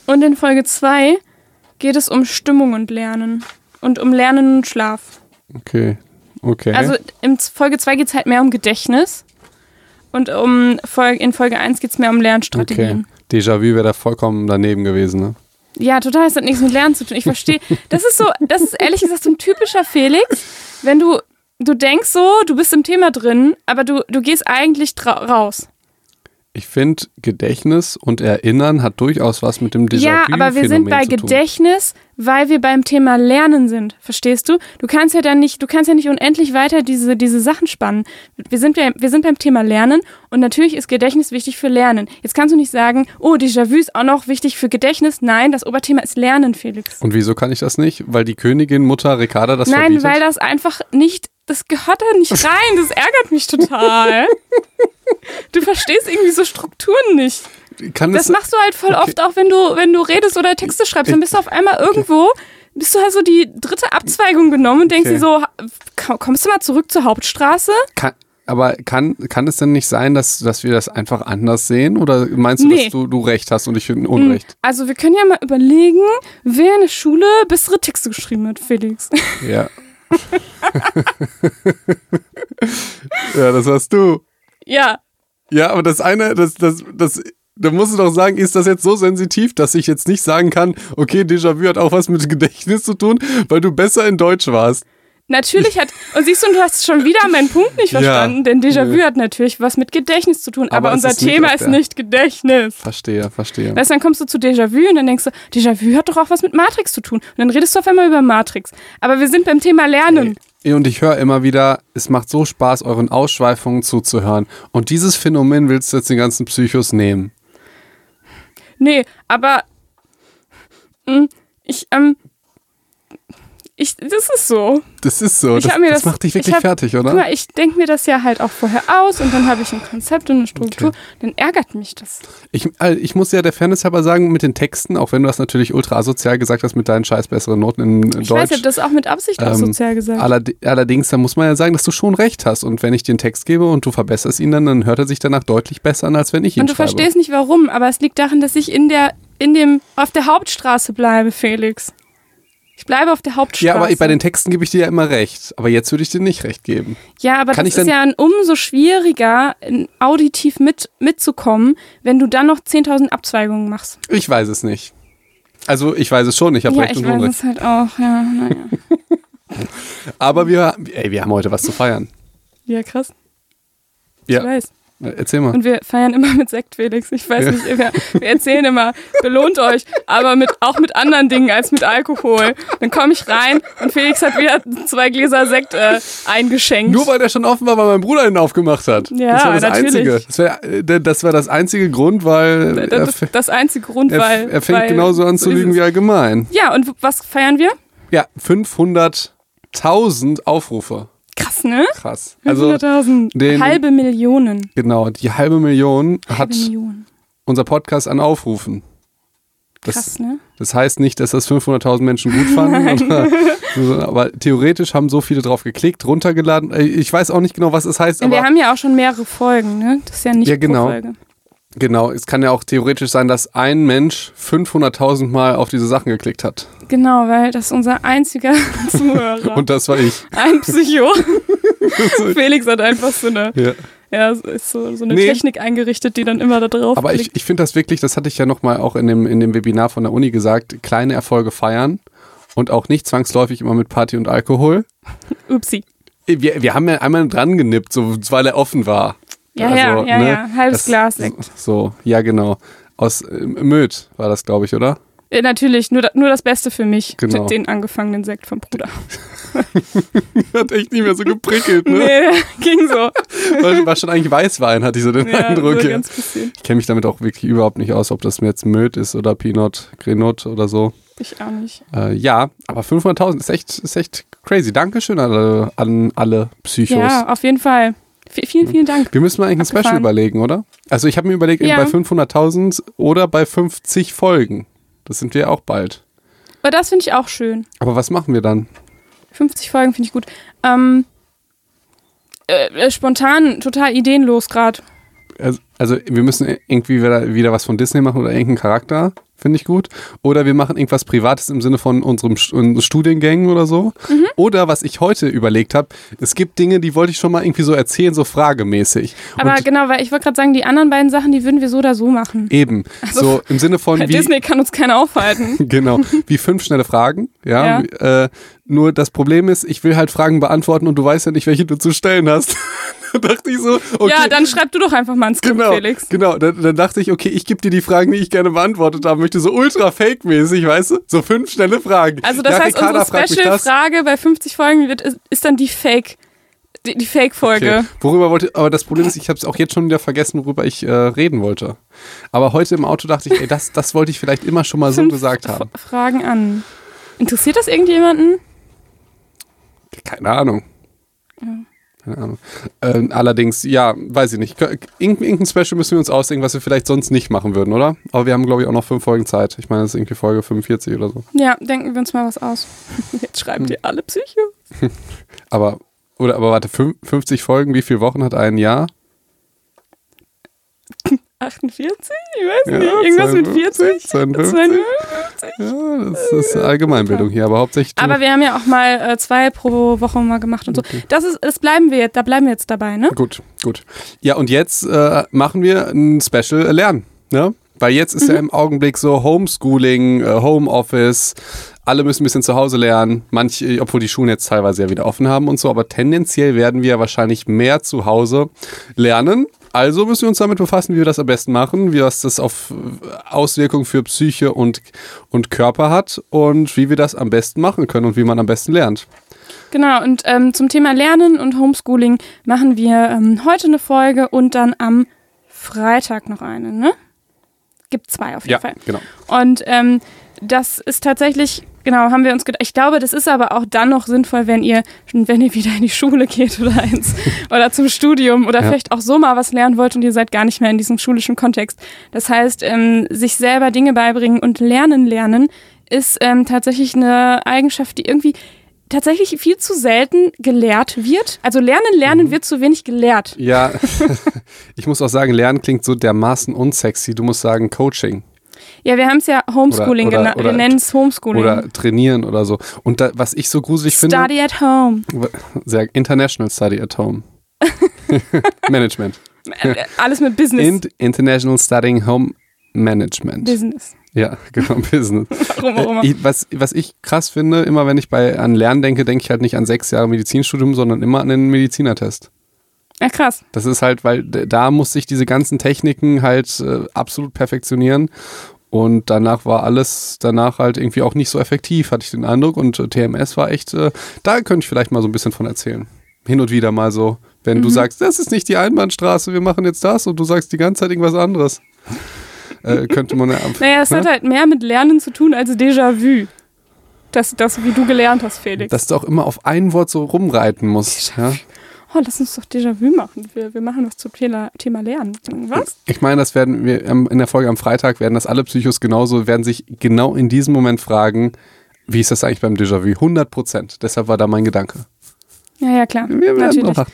Und in Folge 2 geht es um Stimmung und Lernen. Und um Lernen und Schlaf. Okay. Also in Folge 2 geht es halt mehr um Gedächtnis. Und in Folge 1 geht es mehr um Lernstrategien. Okay. Déjà-vu wäre da vollkommen daneben gewesen, ne? Ja, total. Es hat nichts mit Lernen zu tun. Ich verstehe. Das ist ehrlich gesagt so ein typischer Felix, wenn du denkst so, du bist im Thema drin, aber du gehst eigentlich raus. Ich finde, Gedächtnis und Erinnern hat durchaus was mit dem Déjà-vu-Phänomen zu tun. Ja, aber wir sind bei Gedächtnis, weil wir beim Thema Lernen sind. Verstehst du? Du kannst ja nicht unendlich weiter diese Sachen spannen. Wir sind beim Thema Lernen und natürlich ist Gedächtnis wichtig für Lernen. Jetzt kannst du nicht sagen, oh, Déjà-vu ist auch noch wichtig für Gedächtnis. Nein, das Oberthema ist Lernen, Felix. Und wieso kann ich das nicht? Weil die Königin, Mutter Ricarda das verbietet? Nein, weil das einfach nicht, das gehört da nicht rein. Das ärgert mich total. Du verstehst irgendwie so Strukturen nicht. Das machst du halt voll oft auch, wenn du redest oder Texte schreibst. Dann bist du auf einmal irgendwo, bist du halt so die dritte Abzweigung genommen und denkst dir so, kommst du mal zurück zur Hauptstraße? Kann es denn nicht sein, dass wir das einfach anders sehen? Oder meinst du, dass du Recht hast und ich finde Unrecht? Also wir können ja mal überlegen, wer in der Schule bessere Texte geschrieben hat, Felix. Ja. Ja, das warst du. Ja. Ja, aber das eine, da musst du doch sagen, ist das jetzt so sensitiv, dass ich jetzt nicht sagen kann, okay, Déjà-vu hat auch was mit Gedächtnis zu tun, weil du besser in Deutsch warst. Natürlich und siehst du hast schon wieder meinen Punkt nicht verstanden, denn Déjà-vu hat natürlich was mit Gedächtnis zu tun, aber unser Thema ist nicht Gedächtnis. Verstehe. Weißt du, dann kommst du zu Déjà-vu und dann denkst du, Déjà-vu hat doch auch was mit Matrix zu tun. Und dann redest du auf einmal über Matrix. Aber wir sind beim Thema Lernen. Und ich höre immer wieder, es macht so Spaß, euren Ausschweifungen zuzuhören. Und dieses Phänomen willst du jetzt den ganzen Psychos nehmen. Nee, aber das ist so. Das ist so. Das macht dich wirklich fertig, oder? Guck mal, ich denke mir das ja halt auch vorher aus und dann habe ich ein Konzept und eine Struktur. Okay. Dann ärgert mich das. Ich muss ja der Fairness halber sagen, mit den Texten, auch wenn du das natürlich ultra asozial gesagt hast mit deinen scheiß besseren Noten in Deutsch. Ich weiß, ich habe das auch mit Absicht asozial gesagt. Allerdings, da muss man ja sagen, dass du schon recht hast. Und wenn ich dir einen Text gebe und du verbesserst ihn dann hört er sich danach deutlich besser an, als wenn ich ihn schreibe. Und du verstehst nicht warum, aber es liegt daran, dass ich auf der Hauptstraße bleibe, Felix. Ich bleibe auf der Hauptstraße. Ja, aber bei den Texten gebe ich dir ja immer recht. Aber jetzt würde ich dir nicht recht geben. Ja, aber das ist ja umso schwieriger, auditiv mitzukommen, wenn du dann noch 10.000 Abzweigungen machst. Ich weiß es nicht. Also ich weiß es schon, ich habe recht und Unrecht. Ja, ich weiß es halt auch, ja, naja. Aber wir haben heute was zu feiern. Ja, krass. Ja. Ich weiß. Erzähl mal. Und wir feiern immer mit Sekt, Felix. Ich weiß nicht, wir erzählen immer, belohnt euch, aber auch mit anderen Dingen als mit Alkohol. Dann komme ich rein und Felix hat wieder 2 Gläser Sekt eingeschenkt. Nur weil der schon offen war, weil mein Bruder ihn aufgemacht hat. Ja, das war das natürlich. Einzige. Das war das einzige Grund, weil... Das einzige Grund, weil... Er fängt genauso an zu lügen wie allgemein. Ja, und was feiern wir? Ja, 500.000 Aufrufe. Krass, ne? Krass. 500.000. Halbe Millionen. Genau, die halbe Million hat unser Podcast an Aufrufen. Krass, ne? Das heißt nicht, dass das 500.000 Menschen gut fanden. Aber theoretisch haben so viele drauf geklickt, runtergeladen. Ich weiß auch nicht genau, was es heißt. Ja, wir haben ja auch schon mehrere Folgen, ne? Das ist ja nicht pro Folge. Genau, es kann ja auch theoretisch sein, dass ein Mensch 500.000 Mal auf diese Sachen geklickt hat. Genau, weil das ist unser einziger Zuhörer. Und das war ich. Ein Psycho. Felix hat einfach so eine, ist so eine Technik eingerichtet, die dann immer da drauf Aber ich finde das wirklich, das hatte ich ja nochmal auch in dem Webinar von der Uni gesagt, kleine Erfolge feiern und auch nicht zwangsläufig immer mit Party und Alkohol. Upsi. Wir haben ja einmal dran genippt, so, weil er offen war. Ja, halbes Glas Sekt. So, ja genau. Aus Möd war das, glaube ich, oder? Ja, natürlich, nur das Beste für mich. Genau. Den angefangenen Sekt vom Bruder. Hat echt nicht mehr so geprickelt, ne? Nee, ging so. War schon eigentlich Weißwein, hatte ich so den Eindruck. So ganz bisschen. Ich kenne mich damit auch wirklich überhaupt nicht aus, ob das mir jetzt Möd ist oder Pinot Grenot oder so. Ich auch nicht. Ja, aber 500.000 ist echt crazy. Dankeschön an alle Psychos. Ja, auf jeden Fall. Vielen Dank. Wir müssen mal eigentlich ein Special überlegen, oder? Also ich habe mir überlegt, bei 500.000 oder bei 50 Folgen. Das sind wir auch bald. Aber das finde ich auch schön. Aber was machen wir dann? 50 Folgen finde ich gut. Spontan, total ideenlos gerade. Also wir müssen irgendwie wieder was von Disney machen oder irgendeinen Charakter. Finde ich gut. Oder wir machen irgendwas Privates im Sinne von unseren Studiengängen oder so. Oder was ich heute überlegt habe, es gibt Dinge, die wollte ich schon mal irgendwie so erzählen, so fragemäßig. Aber genau, weil ich wollte gerade sagen, die anderen beiden Sachen, die würden wir so oder so machen. Eben. Also, so im Sinne von wie Disney kann uns keiner aufhalten. Genau. Wie 5 schnelle Fragen. Ja. Nur das Problem ist, ich will halt Fragen beantworten und du weißt ja nicht, welche du zu stellen hast. Da dachte ich so, okay. Ja, dann schreib du doch einfach mal ein Skript, Felix. Genau, dann dachte ich, okay, ich gebe dir die Fragen, die ich gerne beantwortet haben möchte, so ultra fake-mäßig, weißt du? So 5 schnelle Fragen. Also das heißt, unsere Special-Frage bei 50 Folgen ist dann die Fake. Die Fake-Folge. Okay. Aber das Problem ist, ich habe es auch jetzt schon wieder vergessen, worüber ich reden wollte. Aber heute im Auto dachte ich, ey, das wollte ich vielleicht immer schon mal so gesagt haben. Fragen an. Interessiert das irgendjemanden? Keine Ahnung. Ja. Keine Ahnung. Allerdings, ja, weiß ich nicht. Irgendein Special müssen wir uns ausdenken, was wir vielleicht sonst nicht machen würden, oder? Aber wir haben, glaube ich, auch noch 5 Folgen Zeit. Ich meine, das ist irgendwie Folge 45 oder so. Ja, denken wir uns mal was aus. Jetzt schreiben die alle Psycho. Aber warte, 50 Folgen, wie viele Wochen hat ein Jahr? 48? Ich weiß nicht. Irgendwas 52, mit 40? 52? Ja, das ist Allgemeinbildung hier, aber hauptsächlich. Aber wir haben ja auch mal 2 pro Woche mal gemacht und so. Okay. Da bleiben wir jetzt dabei, ne? Gut. Ja, und jetzt machen wir ein Special Lernen, ne? Weil jetzt ist ja im Augenblick so Homeschooling, Homeoffice, alle müssen ein bisschen zu Hause lernen, manche, obwohl die Schulen jetzt teilweise ja wieder offen haben und so, aber tendenziell werden wir wahrscheinlich mehr zu Hause lernen. Also müssen wir uns damit befassen, wie wir das am besten machen, was das auf Auswirkungen für Psyche und Körper hat und wie wir das am besten machen können und wie man am besten lernt. Genau, und zum Thema Lernen und Homeschooling machen wir heute eine Folge und dann am Freitag noch eine, ne? Gibt 2 auf jeden Fall. Genau. Und das ist tatsächlich, genau, haben wir uns gedacht, ich glaube, das ist aber auch dann noch sinnvoll, wenn ihr wieder in die Schule geht oder zum Studium oder vielleicht auch so mal was lernen wollt und ihr seid gar nicht mehr in diesem schulischen Kontext. Das heißt, sich selber Dinge beibringen und lernen ist tatsächlich eine Eigenschaft, die irgendwie tatsächlich viel zu selten gelehrt wird. Also Lernen wird zu wenig gelehrt. Ja, ich muss auch sagen, Lernen klingt so dermaßen unsexy. Du musst sagen Coaching. Ja, wir haben es ja Homeschooling genannt. Wir nennen es Homeschooling. Oder trainieren oder so. Und was ich so gruselig finde... Study at home. Sehr International Study at home. Management. Alles mit Business. International Studying Home Management. Business. Ja, genau, Business. Warum auch immer. Was ich krass finde, immer wenn ich an Lernen denke ich halt nicht an 6 Jahre Medizinstudium, sondern immer an den Medizinertest. Ja, krass. Das ist halt, weil da musste ich diese ganzen Techniken halt absolut perfektionieren und danach war alles halt irgendwie auch nicht so effektiv, hatte ich den Eindruck, und TMS war echt, da könnte ich vielleicht mal so ein bisschen von erzählen. Hin und wieder mal so, wenn du sagst, das ist nicht die Einbahnstraße, wir machen jetzt das, und du sagst die ganze Zeit irgendwas anderes. Könnte man ja... Naja, es hat halt mehr mit Lernen zu tun als Déjà-vu. Das, wie du gelernt hast, Felix. Dass du auch immer auf ein Wort so rumreiten musst. Ja? Oh, lass uns doch Déjà-vu machen. Wir machen was zum Thema Lernen. Was? Ich meine, das werden wir in der Folge am Freitag, werden das alle Psychos werden sich genau in diesem Moment fragen, wie ist das eigentlich beim Déjà-vu? 100%. Deshalb war da mein Gedanke. Ja, klar. Wir werden natürlich.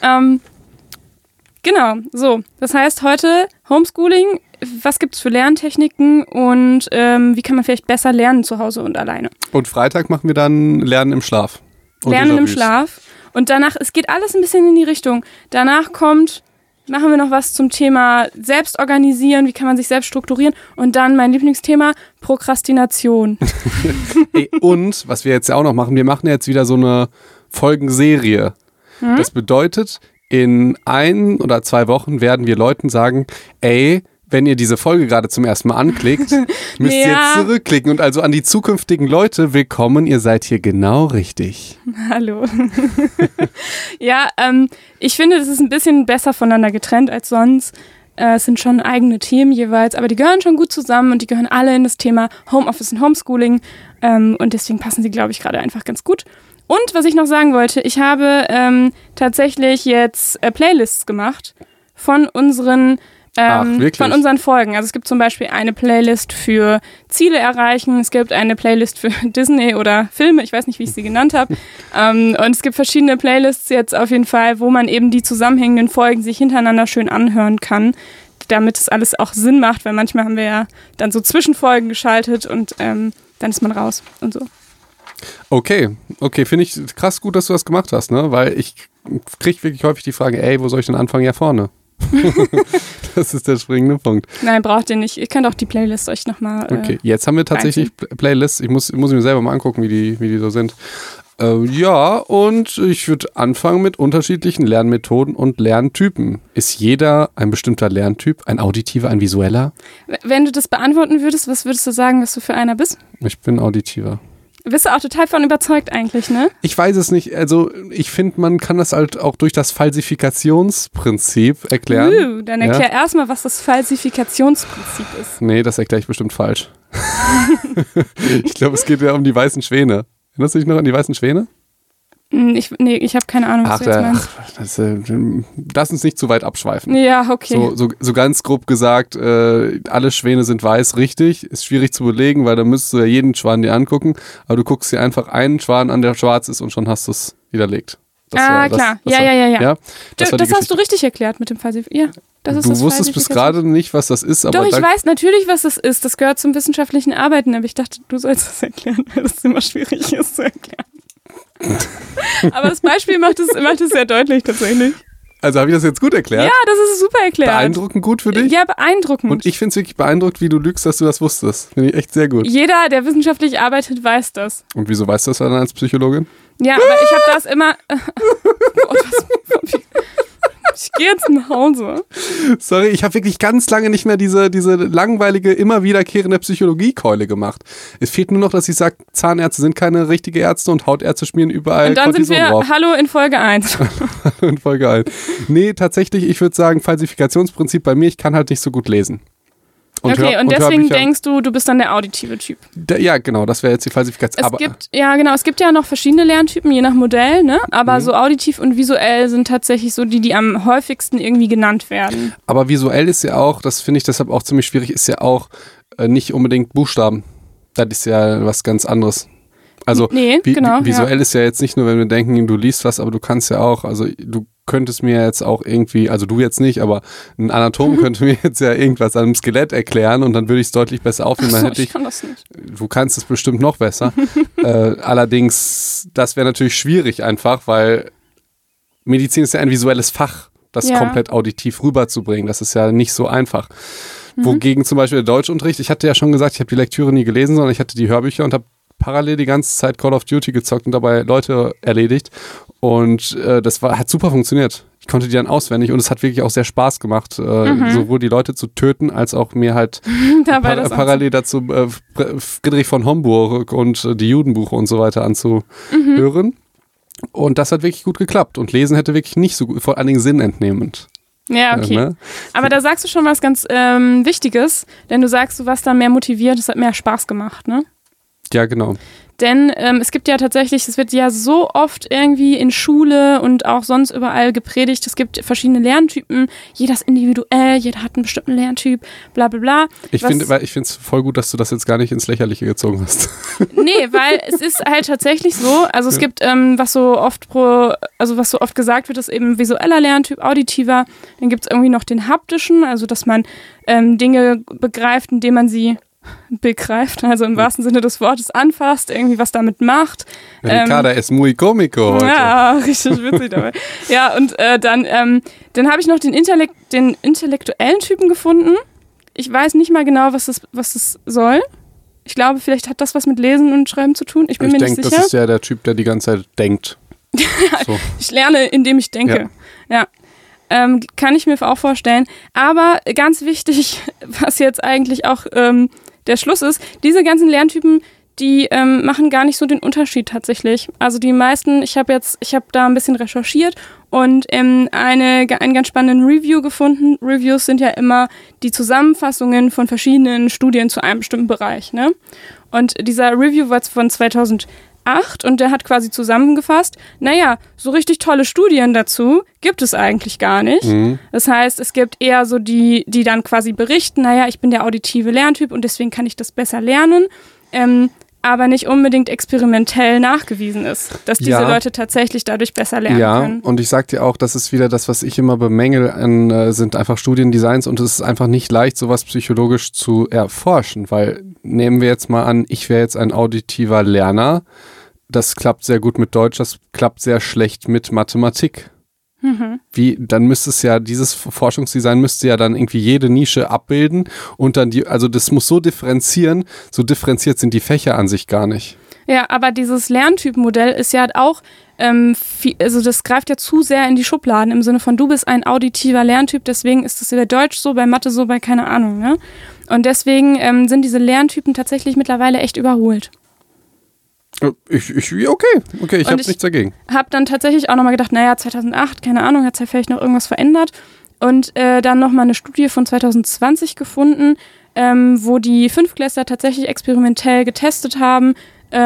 Genau, so. Das heißt, heute Homeschooling. Was gibt es für Lerntechniken und wie kann man vielleicht besser lernen zu Hause und alleine? Und Freitag machen wir dann Lernen im Schlaf. Lernen im Schlaf. Und danach, es geht alles ein bisschen in die Richtung. Danach machen wir noch was zum Thema Selbstorganisieren, wie kann man sich selbst strukturieren. Und dann mein Lieblingsthema, Prokrastination. Und, was wir jetzt ja auch noch machen, wir machen jetzt wieder so eine Folgenserie. Das bedeutet, in 1 oder 2 Wochen werden wir Leuten sagen, ey, wenn ihr diese Folge gerade zum ersten Mal anklickt, müsst ihr jetzt zurückklicken. Und also an die zukünftigen Leute, willkommen, ihr seid hier genau richtig. Hallo. Ja, ich finde, das ist ein bisschen besser voneinander getrennt als sonst. Es sind schon eigene Themen jeweils, aber die gehören schon gut zusammen und die gehören alle in das Thema Homeoffice und Homeschooling. Und deswegen passen sie, glaube ich, gerade einfach ganz gut. Und was ich noch sagen wollte, ich habe tatsächlich jetzt Playlists gemacht von unseren Folgen. Also es gibt zum Beispiel eine Playlist für Ziele erreichen, es gibt eine Playlist für Disney oder Filme, ich weiß nicht, wie ich sie genannt habe. Und es gibt verschiedene Playlists jetzt auf jeden Fall, wo man eben die zusammenhängenden Folgen sich hintereinander schön anhören kann. damit es alles auch Sinn macht, weil manchmal haben wir ja dann so Zwischenfolgen geschaltet und dann ist man raus und so. Okay, finde ich krass gut, dass du das gemacht hast, ne? Weil ich kriege wirklich häufig die Frage, ey, wo soll ich denn anfangen? Ja, vorne. Das ist der springende Punkt. Nein, braucht ihr nicht. Ihr könnt auch die Playlist euch nochmal okay, jetzt haben wir tatsächlich Playlists. Ich muss mir selber mal angucken, wie die so sind. Ja, und ich würde anfangen mit unterschiedlichen Lernmethoden und Lerntypen. Ist jeder ein bestimmter Lerntyp? Ein auditiver, ein visueller? Wenn du das beantworten würdest, was würdest du sagen, was du für einer bist? Ich bin auditiver. Bist du auch total von überzeugt eigentlich, ne? Ich weiß es nicht. Also ich finde, man kann das halt auch durch das Falsifikationsprinzip erklären. Dann erklär erstmal, was das Falsifikationsprinzip ist. Nee, das erkläre ich bestimmt falsch. Ich glaube, es geht ja um die weißen Schwäne. Erinnerst du dich noch an die weißen Schwäne? Ich habe keine Ahnung, was du jetzt meinst. Lass uns nicht zu weit abschweifen. Ja, okay. So ganz grob gesagt, alle Schwäne sind weiß, richtig. Ist schwierig zu belegen, weil da müsstest du ja jeden Schwan dir angucken. Aber du guckst dir einfach einen Schwan an, der schwarz ist und schon hast du es widerlegt. Klar. Ja. Das hast du richtig erklärt mit dem Falsifizieren. Ja. Du wusstest bis gerade nicht, was das ist. Aber doch, ich weiß natürlich, was das ist. Das gehört zum wissenschaftlichen Arbeiten. Aber ich dachte, du sollst das erklären, weil das immer schwierig ist zu erklären. Aber das Beispiel macht es sehr deutlich tatsächlich. Also habe ich das jetzt gut erklärt? Ja, das ist super erklärt. Beeindruckend gut für dich? Ja, beeindruckend. Und ich finde es wirklich beeindruckend, wie du lügst, dass du das wusstest. Finde ich echt sehr gut. Jeder, der wissenschaftlich arbeitet, weiß das. Und wieso weißt du das dann als Psychologin? Ja, aber ich habe das immer... Ich gehe jetzt nach Hause. Sorry, ich habe wirklich ganz lange nicht mehr diese langweilige, immer wiederkehrende Psychologiekeule gemacht. Es fehlt nur noch, dass ich sage, Zahnärzte sind keine richtige Ärzte und Hautärzte schmieren überall und dann Cortison sind wir, drauf. Hallo in Folge 1. Hallo in Folge 1. Nee, tatsächlich, ich würde sagen, Falsifikationsprinzip bei mir, ich kann halt nicht so gut lesen. Und deswegen denkst du bist dann der auditive Typ. Ja, genau, das wäre jetzt die Falsifikation. Es gibt ja noch verschiedene Lerntypen, je nach Modell, ne? Aber so auditiv und visuell sind tatsächlich so die am häufigsten irgendwie genannt werden. Aber visuell ist ja auch, das finde ich deshalb auch ziemlich schwierig, ist ja auch nicht unbedingt Buchstaben. Das ist ja was ganz anderes. Also visuell ist ja jetzt nicht nur, wenn wir denken, du liest was, aber du kannst ja auch, also du könntest mir jetzt auch irgendwie, also du jetzt nicht, aber ein Anatom könnte mir jetzt ja irgendwas an einem Skelett erklären und dann würde ich es deutlich besser aufnehmen. Ach so, ich kann das nicht. Du kannst es bestimmt noch besser. Allerdings, das wäre natürlich schwierig einfach, weil Medizin ist ja ein visuelles Fach, das komplett auditiv rüberzubringen. Das ist ja nicht so einfach. Wogegen zum Beispiel der Deutschunterricht, ich hatte ja schon gesagt, ich habe die Lektüre nie gelesen, sondern ich hatte die Hörbücher und habe parallel die ganze Zeit Call of Duty gezockt und dabei Leute erledigt. Und das hat super funktioniert. Ich konnte die dann auswendig und es hat wirklich auch sehr Spaß gemacht, sowohl die Leute zu töten, als auch mir halt parallel dazu Friedrich von Homburg und die Judenbuche und so weiter anzuhören. Und das hat wirklich gut geklappt. Und Lesen hätte wirklich nicht so gut, vor allen Dingen sinnentnehmend. Ja, okay. Ne? Aber da sagst du schon was ganz Wichtiges, denn du sagst, du warst da mehr motiviert, es hat mehr Spaß gemacht, ne? Ja, genau. Denn es gibt ja tatsächlich, es wird ja so oft irgendwie in Schule und auch sonst überall gepredigt, es gibt verschiedene Lerntypen, jeder ist individuell, jeder hat einen bestimmten Lerntyp, bla bla bla. Ich finde es voll gut, dass du das jetzt gar nicht ins Lächerliche gezogen hast. Nee, weil es ist halt tatsächlich so, also es gibt, was so oft gesagt wird, ist eben visueller Lerntyp, auditiver, dann gibt es irgendwie noch den haptischen, also dass man Dinge begreift, indem man sie begreift, also im wahrsten Sinne des Wortes anfasst, irgendwie was damit macht. Ricarda es muy cómico heute. Ja, richtig witzig dabei. Ja, und dann habe ich noch den intellektuellen Typen gefunden. Ich weiß nicht mal genau, was das soll. Ich glaube, vielleicht hat das was mit Lesen und Schreiben zu tun. Ich bin mir nicht sicher. Das ist ja der Typ, der die ganze Zeit denkt. So. Ich lerne, indem ich denke. Ja. Kann ich mir auch vorstellen. Aber ganz wichtig, was jetzt eigentlich auch der Schluss ist, diese ganzen Lerntypen, die machen gar nicht so den Unterschied tatsächlich. Also die meisten, ich habe da ein bisschen recherchiert und einen ganz spannenden Review gefunden. Reviews sind ja immer die Zusammenfassungen von verschiedenen Studien zu einem bestimmten Bereich, ne? Und dieser Review war von 2008 und der hat quasi zusammengefasst, naja, so richtig tolle Studien dazu gibt es eigentlich gar nicht. Das heißt, es gibt eher so die dann quasi berichten, naja, ich bin der auditive Lerntyp und deswegen kann ich das besser lernen. aber nicht unbedingt experimentell nachgewiesen ist, dass diese Leute tatsächlich dadurch besser lernen können. Ja, und ich sag dir auch, das ist wieder das, was ich immer bemängel, sind einfach Studiendesigns und es ist einfach nicht leicht, sowas psychologisch zu erforschen, weil nehmen wir jetzt mal an, ich wäre jetzt ein auditiver Lerner, das klappt sehr gut mit Deutsch, das klappt sehr schlecht mit Mathematik. Dann müsste es ja, dieses Forschungsdesign müsste ja dann irgendwie jede Nische abbilden und dann also das muss so differenziert sind die Fächer an sich gar nicht. Ja, aber dieses Lerntypenmodell ist ja auch, also das greift ja zu sehr in die Schubladen im Sinne von, du bist ein auditiver Lerntyp, deswegen ist es bei Deutsch so, bei Mathe so, bei keine Ahnung, ne? Und deswegen sind diese Lerntypen tatsächlich mittlerweile echt überholt. Okay, ich habe nichts dagegen. Habe dann tatsächlich auch nochmal gedacht, 2008, keine Ahnung, hat sich ja vielleicht noch irgendwas verändert. Und dann nochmal eine Studie von 2020 gefunden, wo die Fünftklässler tatsächlich experimentell getestet haben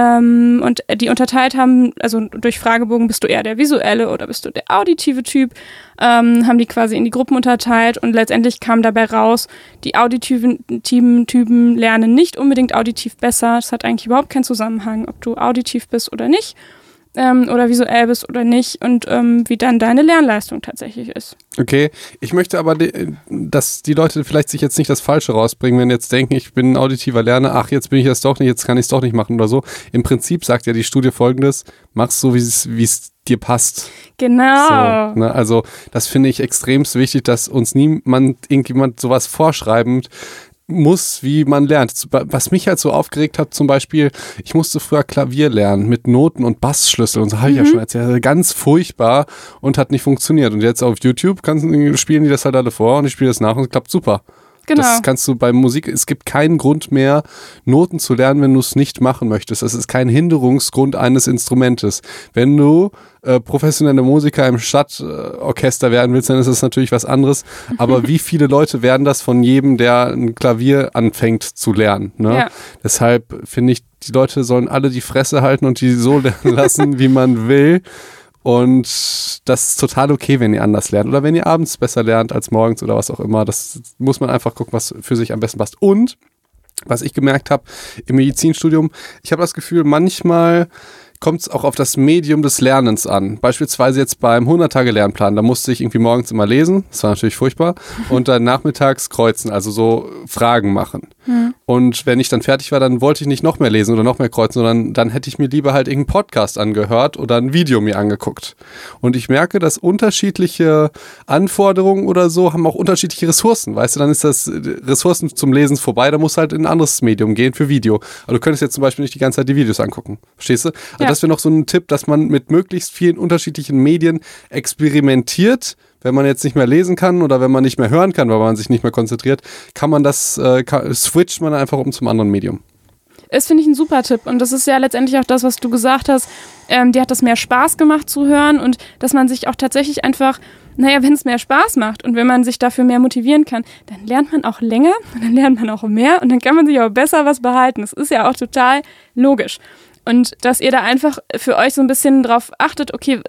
und die unterteilt haben, also durch Fragebogen, bist du eher der visuelle oder bist du der auditive Typ, haben die quasi in die Gruppen unterteilt und letztendlich kam dabei raus, die auditiven Typen lernen nicht unbedingt auditiv besser. Das hat eigentlich überhaupt keinen Zusammenhang, ob du auditiv bist oder nicht. Oder visuell bist oder nicht und wie dann deine Lernleistung tatsächlich ist. Okay, ich möchte aber, dass die Leute vielleicht sich jetzt nicht das Falsche rausbringen, wenn jetzt denken, ich bin ein auditiver Lerner, ach, jetzt bin ich das doch nicht, jetzt kann ich es doch nicht machen oder so. Im Prinzip sagt ja die Studie Folgendes, mach's so, wie es dir passt. Genau. So, ne? Also das finde ich extremst wichtig, dass uns irgendjemand sowas vorschreibend muss, wie man lernt. Was mich halt so aufgeregt hat, zum Beispiel, ich musste früher Klavier lernen mit Noten und Bassschlüssel und so, habe ich ja schon erzählt, ganz furchtbar und hat nicht funktioniert. Und jetzt auf YouTube spielen die das halt alle vor und ich spiele das nach und es klappt super. Genau. Das kannst du bei Musik, es gibt keinen Grund mehr, Noten zu lernen, wenn du es nicht machen möchtest. Das ist kein Hinderungsgrund eines Instrumentes. Wenn du professionelle Musiker im Stadtorchester werden willst, dann ist das natürlich was anderes. Aber wie viele Leute werden das von jedem, der ein Klavier anfängt zu lernen? Ne? Ja. Deshalb finde ich, die Leute sollen alle die Fresse halten und die so lernen lassen, wie man will. Und das ist total okay, wenn ihr anders lernt. Oder wenn ihr abends besser lernt als morgens oder was auch immer. Das muss man einfach gucken, was für sich am besten passt. Und was ich gemerkt habe im Medizinstudium, ich habe das Gefühl, manchmal kommt es auch auf das Medium des Lernens an. Beispielsweise jetzt beim 100-Tage-Lernplan, da musste ich irgendwie morgens immer lesen, das war natürlich furchtbar, und dann nachmittags kreuzen, also so Fragen machen. Und wenn ich dann fertig war, dann wollte ich nicht noch mehr lesen oder noch mehr kreuzen, sondern dann hätte ich mir lieber halt irgendeinen Podcast angehört oder ein Video mir angeguckt. Und ich merke, dass unterschiedliche Anforderungen oder so haben auch unterschiedliche Ressourcen, weißt du, dann ist das Ressourcen zum Lesen vorbei, da musst du halt in ein anderes Medium gehen für Video. Aber du könntest jetzt zum Beispiel nicht die ganze Zeit die Videos angucken, verstehst du? Also das wäre noch so ein Tipp, dass man mit möglichst vielen unterschiedlichen Medien experimentiert. Wenn man jetzt nicht mehr lesen kann oder wenn man nicht mehr hören kann, weil man sich nicht mehr konzentriert, kann man switcht man einfach um zum anderen Medium. Das finde ich ein super Tipp und das ist ja letztendlich auch das, was du gesagt hast. Dir hat das mehr Spaß gemacht zu hören und dass man sich auch tatsächlich einfach, wenn es mehr Spaß macht und wenn man sich dafür mehr motivieren kann, dann lernt man auch länger und dann lernt man auch mehr und dann kann man sich auch besser was behalten. Das ist ja auch total logisch. Und dass ihr da einfach für euch so ein bisschen drauf achtet, okay,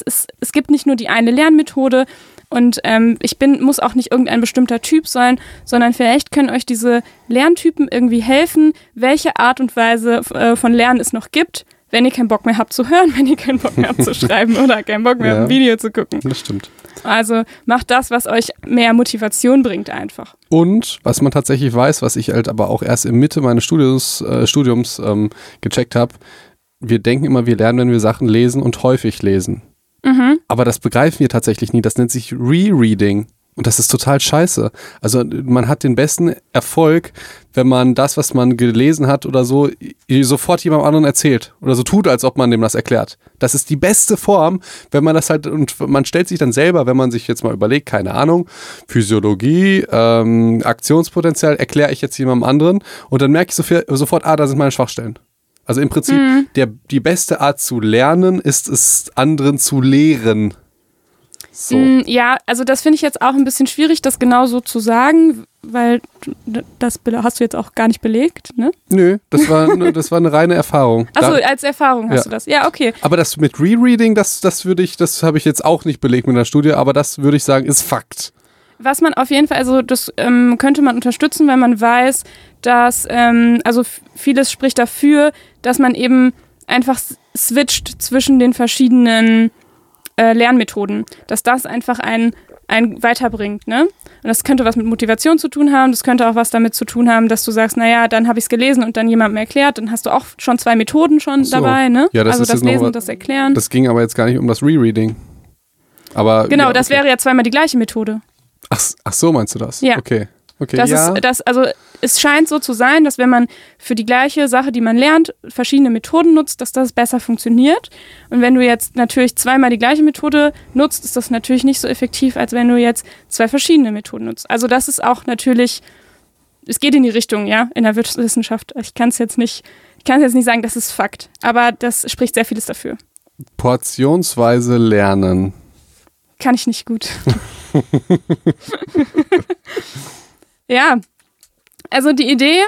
es gibt nicht nur die eine Lernmethode und muss auch nicht irgendein bestimmter Typ sein, sondern vielleicht können euch diese Lerntypen irgendwie helfen, welche Art und Weise von Lernen es noch gibt, wenn ihr keinen Bock mehr habt zu hören, wenn ihr keinen Bock mehr habt zu schreiben oder keinen Bock mehr ein Video zu gucken. Das stimmt. Also macht das, was euch mehr Motivation bringt einfach. Und was man tatsächlich weiß, was ich halt aber auch erst in Mitte meines Studiums gecheckt habe, wir denken immer, wir lernen, wenn wir Sachen lesen und häufig lesen. Aber das begreifen wir tatsächlich nie. Das nennt sich Rereading. Und das ist total scheiße. Also man hat den besten Erfolg, wenn man das, was man gelesen hat oder so, sofort jemandem anderen erzählt. Oder so tut, als ob man dem das erklärt. Das ist die beste Form, wenn man das halt, und man stellt sich dann selber, wenn man sich jetzt mal überlegt, keine Ahnung, Physiologie, Aktionspotenzial, erkläre ich jetzt jemandem anderen. Und dann merke ich sofort, da sind meine Schwachstellen. Also im Prinzip, die beste Art zu lernen, ist es, anderen zu lehren. So. Ja, also das finde ich jetzt auch ein bisschen schwierig, das genau so zu sagen, weil das hast du jetzt auch gar nicht belegt, ne? Nö, das war eine reine Erfahrung. Achso, als Erfahrung hast du das. Ja, okay. Aber das mit Rereading, das habe ich jetzt auch nicht belegt mit einer Studie, aber das würde ich sagen, ist Fakt. Was man auf jeden Fall, also das könnte man unterstützen, wenn man weiß, dass, also vieles spricht dafür, dass man eben einfach switcht zwischen den verschiedenen Lernmethoden, dass das einfach einen weiterbringt, ne? Und das könnte was mit Motivation zu tun haben, das könnte auch was damit zu tun haben, dass du sagst, naja, dann habe ich es gelesen und dann jemandem erklärt, dann hast du auch schon 2 Methoden schon dabei, ne? Ja, also das Lesen und das Erklären. Das ging aber jetzt gar nicht um das Rereading. Aber, genau, das wäre ja zweimal die gleiche Methode. Ach so, meinst du das? Ja. Okay. Also es scheint so zu sein, dass wenn man für die gleiche Sache, die man lernt, verschiedene Methoden nutzt, dass das besser funktioniert. Und wenn du jetzt natürlich zweimal die gleiche Methode nutzt, ist das natürlich nicht so effektiv, als wenn du jetzt 2 verschiedene Methoden nutzt. Also das ist auch natürlich, es geht in die Richtung, ja, in der Wissenschaft. Ich kann es jetzt nicht sagen, das ist Fakt, aber das spricht sehr vieles dafür. Portionsweise lernen. Kann ich nicht gut. Ja, also die Idee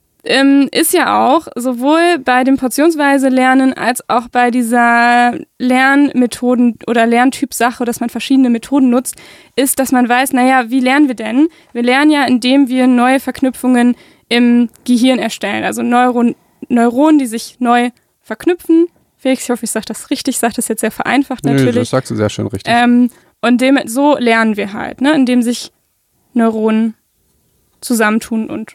ist ja auch, sowohl bei dem portionsweise Lernen als auch bei dieser Lernmethoden- oder Lerntyp-Sache, dass man verschiedene Methoden nutzt, ist, dass man weiß, naja, wie lernen wir denn? Wir lernen ja, indem wir neue Verknüpfungen im Gehirn erstellen, also Neuronen, die sich neu verknüpfen. Felix, ich hoffe, ich sage das richtig, ich sage das jetzt sehr vereinfacht natürlich. Nö, das sagst du sehr schön richtig. Und so lernen wir halt, ne? Indem sich Neuronen zusammentun und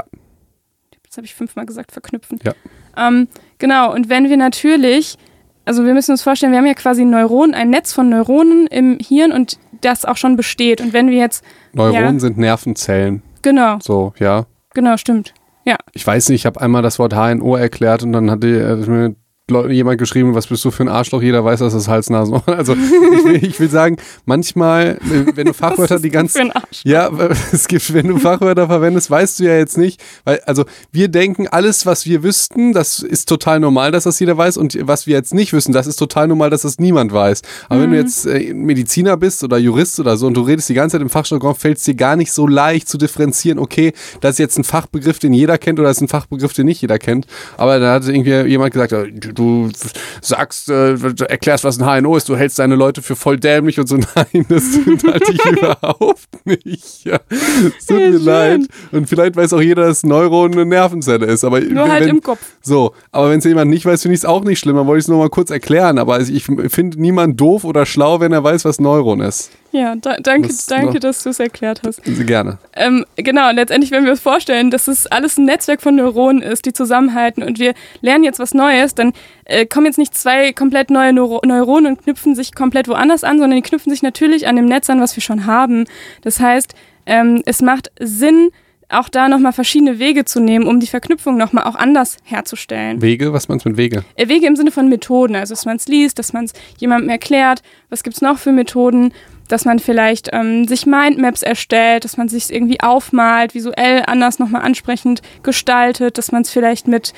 jetzt habe ich 5-mal gesagt, verknüpfen. Ja. Genau, und wenn wir natürlich, also wir müssen uns vorstellen, wir haben ja quasi ein Netz von Neuronen im Hirn und das auch schon besteht. Und wenn wir jetzt... Neuronen sind Nervenzellen. Genau. So, ja. Genau, stimmt. Ja. Ich weiß nicht, ich habe einmal das Wort HNO erklärt und dann hat mir jemand geschrieben, was bist du für ein Arschloch? Jeder weiß, dass das Hals, Nasen. Also ich will sagen, manchmal, wenn du Fachwörter die ganze... Ja, es gibt, wenn du Fachwörter verwendest, weißt du ja jetzt nicht, weil, also wir denken, alles, was wir wüssten, das ist total normal, dass das jeder weiß und was wir jetzt nicht wissen, das ist total normal, dass das niemand weiß. Aber wenn du jetzt Mediziner bist oder Jurist oder so und du redest die ganze Zeit im Fachjargon, fällt es dir gar nicht so leicht zu differenzieren, okay, das ist jetzt ein Fachbegriff, den jeder kennt oder das ist ein Fachbegriff, den nicht jeder kennt. Aber da hat irgendwie jemand gesagt, du sagst, erklärst, was ein HNO ist, du hältst deine Leute für voll dämlich und so. Nein, das halte ich überhaupt nicht. Ja. Es tut mir leid. Und vielleicht weiß auch jeder, dass Neuron eine Nervenzelle ist. Aber nur halt im Kopf. So, aber wenn es jemand nicht weiß, finde ich es auch nicht schlimm. Dann wollte ich es nur mal kurz erklären. Aber ich finde niemand doof oder schlau, wenn er weiß, was Neuron ist. Ja, danke, dass du es erklärt hast. Gerne. Genau, und letztendlich, wenn wir uns vorstellen, dass es alles ein Netzwerk von Neuronen ist, die zusammenhalten und wir lernen jetzt was Neues, dann kommen jetzt nicht 2 komplett neue Neuronen und knüpfen sich komplett woanders an, sondern die knüpfen sich natürlich an dem Netz an, was wir schon haben. Das heißt, es macht Sinn, auch da nochmal verschiedene Wege zu nehmen, um die Verknüpfung nochmal auch anders herzustellen. Wege? Was meinst du mit Wege? Wege im Sinne von Methoden, also dass man es liest, dass man es jemandem erklärt, was gibt es noch für Methoden, dass man vielleicht sich Mindmaps erstellt, dass man sich irgendwie aufmalt, visuell anders nochmal ansprechend gestaltet, dass man es vielleicht mit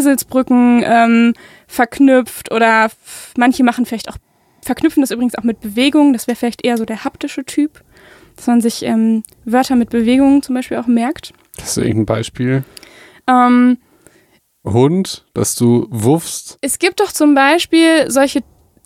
Eselsbrücken verknüpft oder manche machen vielleicht auch, verknüpfen das übrigens auch mit Bewegungen, das wäre vielleicht eher so der haptische Typ, dass man sich Wörter mit Bewegungen zum Beispiel auch merkt. Hast du irgendein Beispiel? Hund, dass du wuffst? Es gibt doch zum Beispiel solche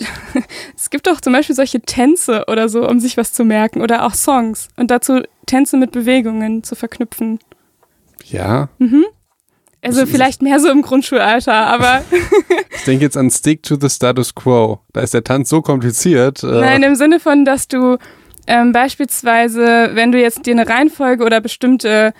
Tänze oder so, um sich was zu merken oder auch Songs und dazu Tänze mit Bewegungen zu verknüpfen. Ja. Also vielleicht mehr so im Grundschulalter, aber... Ich denke jetzt an Stick to the Status Quo. Da ist der Tanz so kompliziert. Nein, im Sinne von, dass du beispielsweise, wenn du jetzt dir eine Reihenfolge oder bestimmte...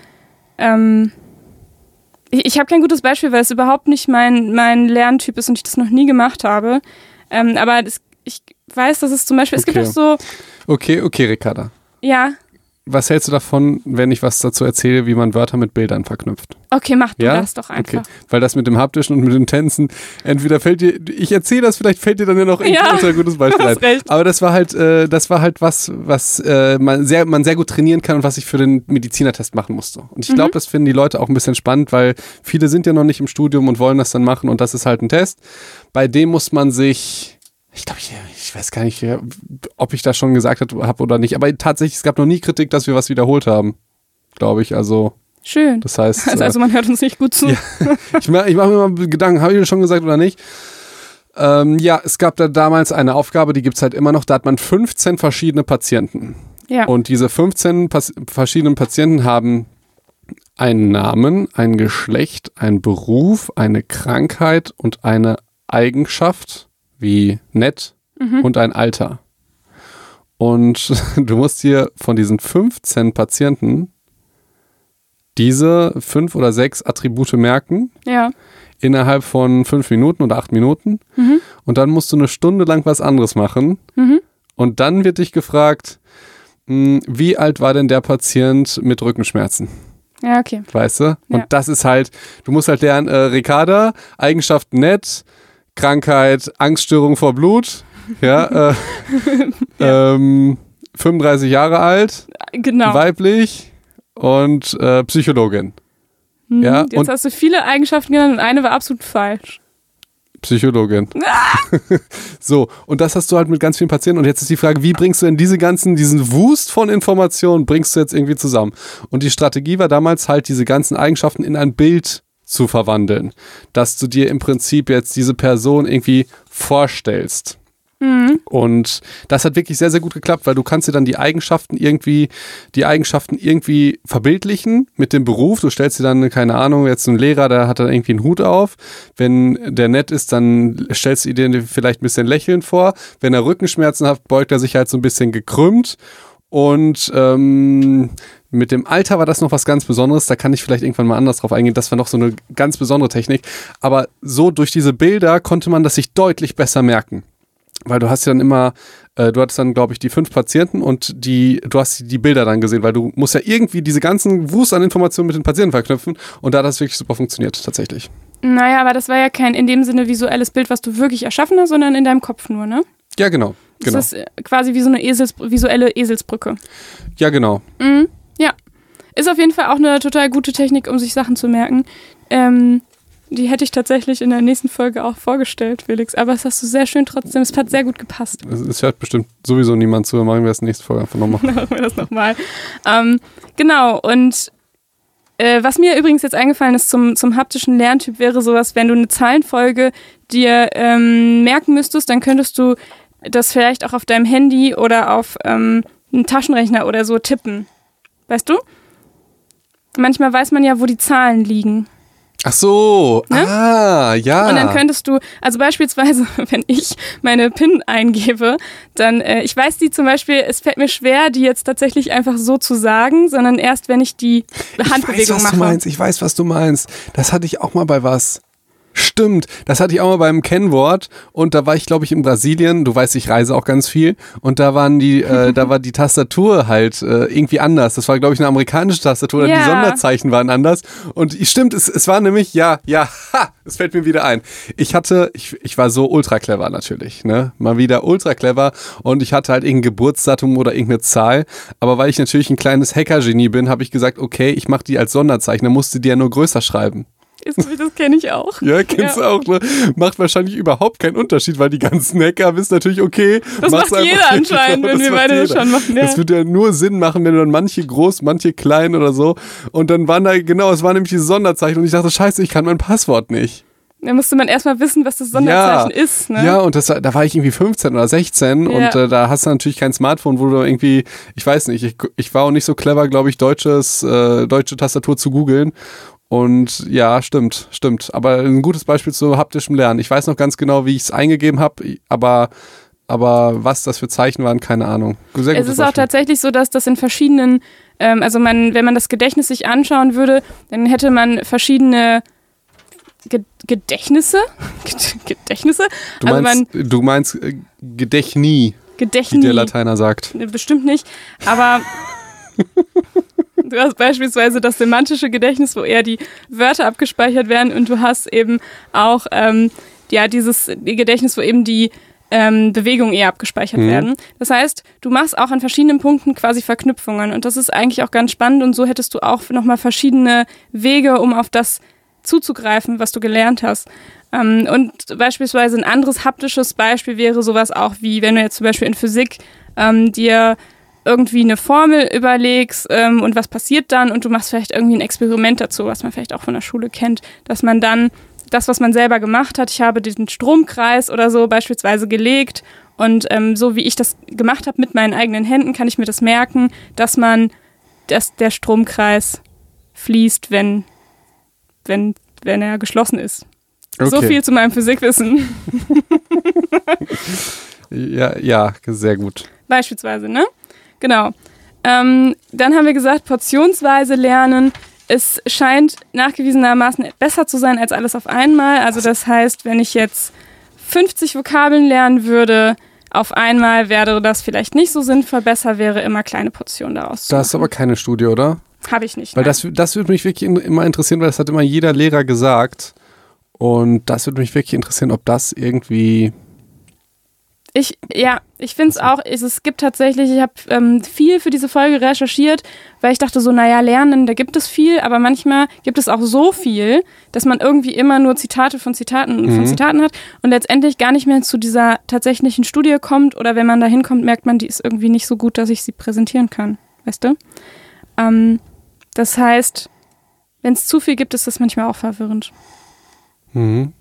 ich habe kein gutes Beispiel, weil es überhaupt nicht mein Lerntyp ist und ich das noch nie gemacht habe. Aber ich weiß, dass es zum Beispiel, es gibt auch so... Okay, Ricarda. Ja. Was hältst du davon, wenn ich was dazu erzähle, wie man Wörter mit Bildern verknüpft? Okay, mach du das doch einfach. Okay. Weil das mit dem Haptischen und mit den Tänzen, entweder fällt dir, ich erzähle das, vielleicht fällt dir dann ja noch ein gutes Beispiel ein. Recht. Aber das war halt was man sehr gut trainieren kann und was ich für den Medizinertest machen musste. Und ich glaube, das finden die Leute auch ein bisschen spannend, weil viele sind ja noch nicht im Studium und wollen das dann machen und das ist halt ein Test. Bei dem muss man sich... Ich glaube, ich weiß gar nicht, ob ich das schon gesagt habe oder nicht. Aber tatsächlich, es gab noch nie Kritik, dass wir was wiederholt haben. Glaube ich, also. Schön. Das heißt. Also man hört uns nicht gut zu. Ja, ich mach mir mal Gedanken, habe ich das schon gesagt oder nicht? Es gab da damals eine Aufgabe, die gibt es halt immer noch. Da hat man 15 verschiedene Patienten. Ja. Und diese 15 verschiedenen Patienten haben einen Namen, ein Geschlecht, ein Beruf, eine Krankheit und eine Eigenschaft wie nett und ein Alter. Und du musst dir von diesen 15 Patienten diese 5 oder 6 Attribute merken. Ja. Innerhalb von 5 Minuten oder 8 Minuten. Und dann musst du eine Stunde lang was anderes machen. Und dann wird dich gefragt, wie alt war denn der Patient mit Rückenschmerzen? Ja, okay. Weißt du? Und Ja. das ist halt, du musst halt lernen, Ricarda, Eigenschaft nett, Krankheit, Angststörung vor Blut, ja, 35 Jahre alt, Genau. weiblich und Psychologin. Ja, Jetzt und hast du viele Eigenschaften genannt und eine war absolut falsch. Psychologin. So, und das hast du halt mit ganz vielen Patienten. Und jetzt ist die Frage, wie bringst du denn diesen Wust von Informationen, bringst du jetzt irgendwie zusammen? Und die Strategie war damals halt, diese ganzen Eigenschaften in ein Bild zu verwandeln. Dass du dir im Prinzip jetzt diese Person irgendwie vorstellst. Und das hat wirklich sehr, sehr gut geklappt, weil du kannst dir dann die Eigenschaften irgendwie verbildlichen mit dem Beruf. Du stellst dir dann, keine Ahnung, jetzt ein Lehrer, der hat dann irgendwie einen Hut auf. Wenn der nett ist, dann stellst du dir vielleicht ein bisschen lächelnd vor. Wenn er Rückenschmerzen hat, beugt er sich halt so ein bisschen gekrümmt. Und mit dem Alter war das noch was ganz Besonderes. Da kann ich vielleicht irgendwann mal anders drauf eingehen. Das war noch so eine ganz besondere Technik. Aber so durch diese Bilder konnte man das sich deutlich besser merken. Weil du hast ja dann immer, du hattest dann, glaube ich, die 5 Patienten und du hast die Bilder dann gesehen, weil du musst ja irgendwie diese ganzen Wust an Informationen mit den Patienten verknüpfen und da hat das wirklich super funktioniert, tatsächlich. Naja, aber das war ja kein in dem Sinne visuelles Bild, was du wirklich erschaffen hast, sondern in deinem Kopf nur, ne? Ja, genau. Das ist quasi wie so eine visuelle Eselsbrücke. Ja, genau. Ja. Ist auf jeden Fall auch eine total gute Technik, um sich Sachen zu merken. Die hätte ich tatsächlich in der nächsten Folge auch vorgestellt, Felix. Aber das hast du sehr schön trotzdem. Es hat sehr gut gepasst. Es hört bestimmt sowieso niemand zu. Machen wir das nächste Folge einfach nochmal. Machen wir das nochmal. Genau. Und was mir übrigens jetzt eingefallen ist zum haptischen Lerntyp wäre sowas, wenn du eine Zahlenfolge dir merken müsstest, dann könntest du das vielleicht auch auf deinem Handy oder auf einen Taschenrechner oder so tippen. Weißt du? Manchmal weiß man ja, wo die Zahlen liegen. Ach so, ne? Ja. Und dann könntest du, also beispielsweise, wenn ich meine PIN eingebe, dann, ich weiß die zum Beispiel, es fällt mir schwer, die jetzt tatsächlich einfach so zu sagen, sondern erst, wenn ich die Handbewegung mache. Ich weiß, was du meinst. Das hatte ich auch mal bei was. Stimmt, das hatte ich auch mal beim Kennwort und da war ich, glaube ich, in Brasilien, du weißt, ich reise auch ganz viel und da war die Tastatur halt irgendwie anders. Das war, glaube ich, eine amerikanische Tastatur, die Sonderzeichen waren anders und stimmt, es war nämlich, es fällt mir wieder ein. Ich war so ultra clever natürlich, ne, mal wieder ultra clever und ich hatte halt irgendein Geburtsdatum oder irgendeine Zahl, aber weil ich natürlich ein kleines Hacker-Genie bin, habe ich gesagt, okay, ich mache die als Sonderzeichen, dann musst du die ja nur größer schreiben. Das kenne ich auch. Ja, kennst du auch. Ne? Macht wahrscheinlich überhaupt keinen Unterschied, weil die ganzen Hacker wissen natürlich, okay. Das macht jeder anscheinend, wenn wir beide das schon machen. Ja. Das würde ja nur Sinn machen, wenn du dann manche groß, manche klein oder so. Und dann waren da, es waren nämlich diese Sonderzeichen und ich dachte, scheiße, ich kann mein Passwort nicht. Da musste man erstmal wissen, was das Sonderzeichen ist. Ne? Ja, und da war ich irgendwie 15 oder 16 und da hast du natürlich kein Smartphone, wo du irgendwie, ich weiß nicht, ich war auch nicht so clever, glaube ich, deutsche Tastatur zu googeln. Und ja, stimmt. Aber ein gutes Beispiel zu haptischem Lernen. Ich weiß noch ganz genau, wie ich es eingegeben habe, aber was das für Zeichen waren, keine Ahnung. Sehr es ist Beispiel. Auch tatsächlich so, dass das in verschiedenen, wenn man das Gedächtnis sich anschauen würde, dann hätte man verschiedene Gedächtnisse? Gedächtnisse? Du meinst Gedächtni, wie der Lateiner sagt. Bestimmt nicht, aber... Du hast beispielsweise das semantische Gedächtnis, wo eher die Wörter abgespeichert werden und du hast eben auch dieses Gedächtnis, wo eben die Bewegungen eher abgespeichert werden. Das heißt, du machst auch an verschiedenen Punkten quasi Verknüpfungen und das ist eigentlich auch ganz spannend und so hättest du auch nochmal verschiedene Wege, um auf das zuzugreifen, was du gelernt hast. Und beispielsweise ein anderes haptisches Beispiel wäre sowas auch wie, wenn du jetzt zum Beispiel in Physik dir irgendwie eine Formel überlegst und was passiert dann und du machst vielleicht irgendwie ein Experiment dazu, was man vielleicht auch von der Schule kennt, dass man dann das, was man selber gemacht hat, ich habe diesen Stromkreis oder so beispielsweise gelegt und so wie ich das gemacht habe mit meinen eigenen Händen, kann ich mir das merken, dass der Stromkreis fließt, wenn er geschlossen ist. Okay. So viel zu meinem Physikwissen. Ja, sehr gut. Beispielsweise, ne? Genau. Dann haben wir gesagt, portionsweise lernen. Es scheint nachgewiesenermaßen besser zu sein als alles auf einmal. Also das heißt, wenn ich jetzt 50 Vokabeln lernen würde, auf einmal wäre das vielleicht nicht so sinnvoll. Besser wäre immer kleine Portionen daraus zu machen. Das ist aber keine Studie, oder? Habe ich nicht. Weil das würde mich wirklich immer interessieren, weil das hat immer jeder Lehrer gesagt. Und das würde mich wirklich interessieren, ob das irgendwie... Ich finde es auch, es gibt tatsächlich, ich habe viel für diese Folge recherchiert, weil ich dachte so, naja, Lernen, da gibt es viel, aber manchmal gibt es auch so viel, dass man irgendwie immer nur Zitate von Zitaten hat und letztendlich gar nicht mehr zu dieser tatsächlichen Studie kommt oder wenn man da hinkommt, merkt man, die ist irgendwie nicht so gut, dass ich sie präsentieren kann, weißt du? Das heißt, wenn es zu viel gibt, ist das manchmal auch verwirrend. Mhm.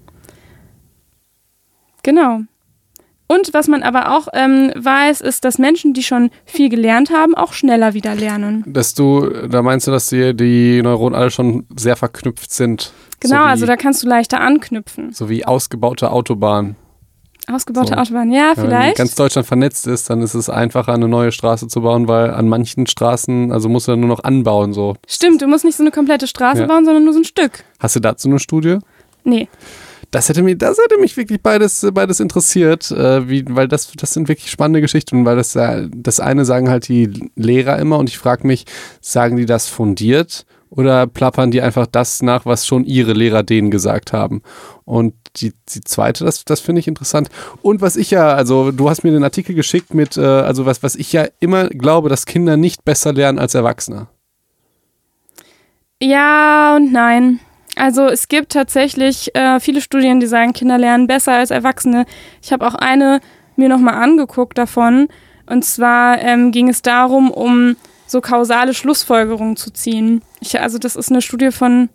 Genau. Und was man aber auch weiß, ist, dass Menschen, die schon viel gelernt haben, auch schneller wieder lernen. Da meinst du, dass die Neuronen alle schon sehr verknüpft sind? Genau, also da kannst du leichter anknüpfen. So wie ausgebaute Autobahnen. Ausgebaute Autobahnen, ja, vielleicht. Wenn ganz Deutschland vernetzt ist, dann ist es einfacher, eine neue Straße zu bauen, weil an manchen Straßen, also musst du dann nur noch anbauen. So. Stimmt, du musst nicht so eine komplette Straße bauen, sondern nur so ein Stück. Hast du dazu eine Studie? Nee. Das hätte mich wirklich beides interessiert, weil das sind wirklich spannende Geschichten, weil das eine sagen halt die Lehrer immer und ich frage mich, sagen die das fundiert oder plappern die einfach das nach, was schon ihre Lehrer denen gesagt haben? Und die zweite, das finde ich interessant. Und was ich also du hast mir den Artikel geschickt mit, also was ich ja immer glaube, dass Kinder nicht besser lernen als Erwachsene. Ja und nein. Also es gibt tatsächlich viele Studien, die sagen, Kinder lernen besser als Erwachsene. Ich habe auch eine mir nochmal angeguckt davon. Und zwar ging es darum, um so kausale Schlussfolgerungen zu ziehen. Also das ist eine Studie von...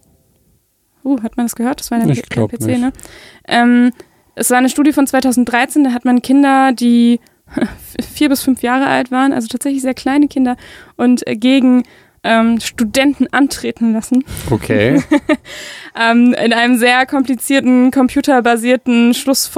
hat man das gehört? Das war der PC, nicht. Ne? Es war eine Studie von 2013, da hat man Kinder, die 4 bis 5 Jahre alt waren, also tatsächlich sehr kleine Kinder, und gegen Studenten antreten lassen. Okay. In einem sehr komplizierten, computerbasierten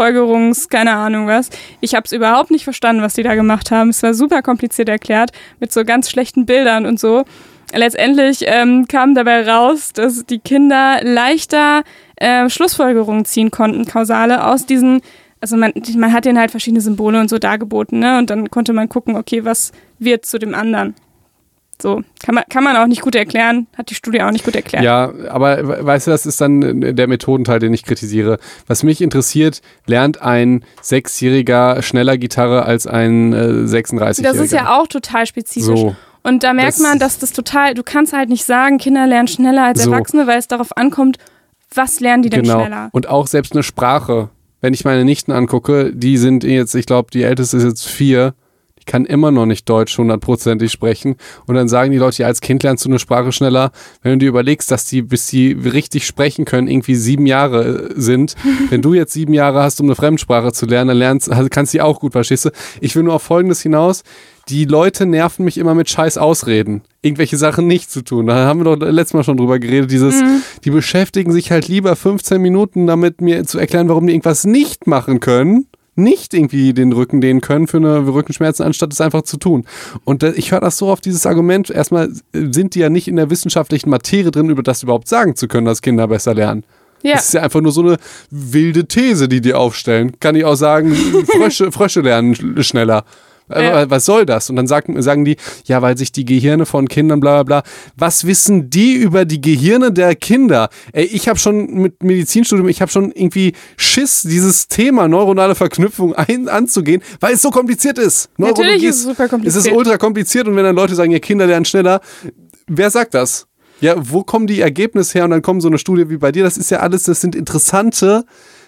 keine Ahnung was. Ich habe es überhaupt nicht verstanden, was die da gemacht haben. Es war super kompliziert erklärt, mit so ganz schlechten Bildern und so. Letztendlich kam dabei raus, dass die Kinder leichter Schlussfolgerungen ziehen konnten, kausale, aus diesen, also man hat denen halt verschiedene Symbole und so dargeboten, ne? Und dann konnte man gucken, okay, was wird zu dem anderen. So, kann man auch nicht gut erklären, hat die Studie auch nicht gut erklärt. Ja, aber weißt du, das ist dann der Methodenteil, den ich kritisiere. Was mich interessiert, lernt ein 6-Jähriger schneller Gitarre als ein 36-Jähriger. Das ist ja auch total spezifisch. So. Und da merkt man, dass das total, du kannst halt nicht sagen, Kinder lernen schneller als Erwachsene, weil es darauf ankommt, was lernen die denn schneller. Und auch selbst eine Sprache. Wenn ich meine Nichten angucke, die sind jetzt, ich glaube, die älteste ist jetzt 4, die kann immer noch nicht Deutsch 100%ig sprechen. Und dann sagen die Leute, ja, als Kind lernst du eine Sprache schneller. Wenn du dir überlegst, dass die, bis die richtig sprechen können, irgendwie 7 Jahre sind. Wenn du jetzt 7 Jahre hast, um eine Fremdsprache zu lernen, dann kannst du die auch gut, verstehst du? Ich will nur auf Folgendes hinaus. Die Leute nerven mich immer mit scheiß Ausreden, irgendwelche Sachen nicht zu tun. Da haben wir doch letztes Mal schon drüber geredet, die beschäftigen sich halt lieber 15 Minuten damit, mir zu erklären, warum die irgendwas nicht machen können, nicht irgendwie den Rücken dehnen können für eine Rückenschmerzen, anstatt es einfach zu tun. Und ich höre das so auf dieses Argument, erstmal sind die ja nicht in der wissenschaftlichen Materie drin, über das überhaupt sagen zu können, dass Kinder besser lernen. Ja. Das ist ja einfach nur so eine wilde These, die aufstellen. Kann ich auch sagen, Frösche lernen schneller. Was soll das? Und dann sagen die, ja, weil sich die Gehirne von Kindern bla bla bla. Was wissen die über die Gehirne der Kinder? Ey, ich habe schon mit Medizinstudium, ich habe schon irgendwie Schiss, dieses Thema neuronale Verknüpfung anzugehen, weil es so kompliziert ist. Natürlich ist es super kompliziert. Es ist ultra kompliziert und wenn dann Leute sagen, ja, Kinder lernen schneller, wer sagt das? Ja, wo kommen die Ergebnisse her? Und dann kommen so eine Studie wie bei dir. Das ist ja alles, das sind interessante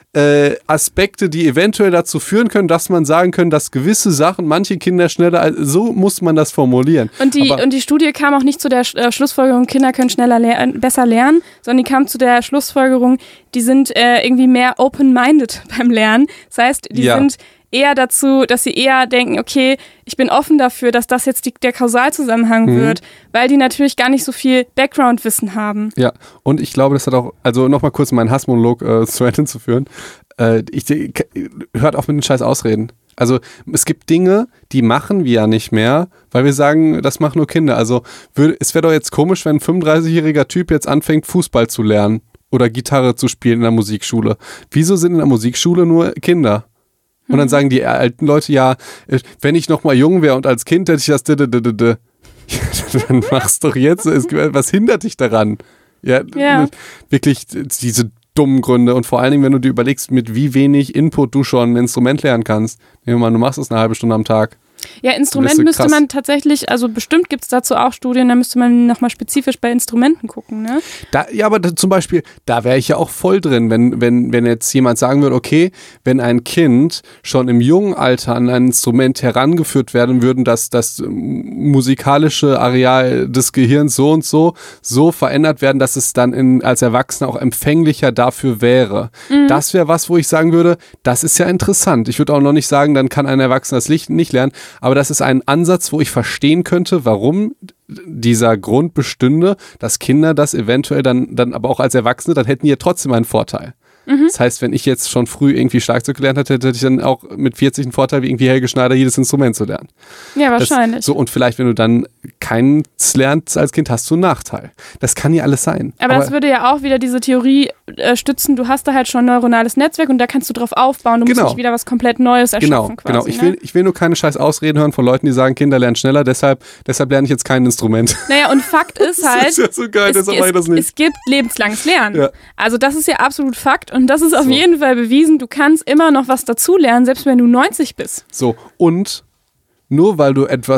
Aspekte, die eventuell dazu führen können, dass man sagen kann, dass gewisse Sachen manche Kinder schneller, so muss man das formulieren. Und die Studie kam auch nicht zu der Schlussfolgerung, Kinder können besser lernen, sondern die kam zu der Schlussfolgerung, die sind irgendwie mehr open-minded beim Lernen. Das heißt, die sind eher dazu, dass sie eher denken, okay, ich bin offen dafür, dass das jetzt der Kausalzusammenhang wird, weil die natürlich gar nicht so viel Background-Wissen haben. Ja, und ich glaube, das hat auch, also nochmal kurz meinen Hassmonolog zu Ende zu führen, hört auf mit den scheiß Ausreden. Also es gibt Dinge, die machen wir ja nicht mehr, weil wir sagen, das machen nur Kinder. Also es wäre doch jetzt komisch, wenn ein 35-jähriger Typ jetzt anfängt, Fußball zu lernen oder Gitarre zu spielen in der Musikschule. Wieso sind in der Musikschule nur Kinder? Und dann sagen die alten Leute, ja, wenn ich noch mal jung wäre und als Kind hätte ich das dann mach's doch jetzt. Was hindert dich daran? Ja. Wirklich diese dummen Gründe und vor allen Dingen, wenn du dir überlegst, mit wie wenig Input du schon ein Instrument lernen kannst. Nehmen wir mal, du machst es eine halbe Stunde am Tag. Ja, Instrument müsste man tatsächlich, also bestimmt gibt es dazu auch Studien, da müsste man nochmal spezifisch bei Instrumenten gucken, ne? Aber zum Beispiel, da wäre ich ja auch voll drin, wenn jetzt jemand sagen würde, okay, wenn ein Kind schon im jungen Alter an ein Instrument herangeführt werden würden, dass das musikalische Areal des Gehirns so und so verändert werden, dass es dann als Erwachsener auch empfänglicher dafür wäre. Das wäre was, wo ich sagen würde, das ist ja interessant. Ich würde auch noch nicht sagen, dann kann ein Erwachsener das nicht lernen, aber das ist ein Ansatz, wo ich verstehen könnte, warum dieser Grund bestünde, dass Kinder das eventuell dann aber auch als Erwachsene, dann hätten die ja trotzdem einen Vorteil. Das heißt, wenn ich jetzt schon früh irgendwie Schlagzeug gelernt hätte, hätte ich dann auch mit 40 einen Vorteil, wie irgendwie Helge Schneider jedes Instrument zu lernen. Ja, wahrscheinlich. Und vielleicht, wenn du dann keins lernst als Kind, hast du einen Nachteil. Das kann ja alles sein. Aber das würde ja auch wieder diese Theorie stützen, du hast da halt schon ein neuronales Netzwerk und da kannst du drauf aufbauen, du musst nicht wieder was komplett Neues erschaffen quasi. Genau. Ich will nur keine scheiß Ausreden hören von Leuten, die sagen, Kinder lernen schneller, deshalb lerne ich jetzt kein Instrument. Naja, und Fakt ist halt, das ist ja so geil, deshalb mache ich das nicht. Es gibt lebenslanges Lernen. Ja. Also das ist ja absolut Fakt und das ist auf jeden Fall bewiesen, du kannst immer noch was dazulernen, selbst wenn du 90 bist. So, und nur weil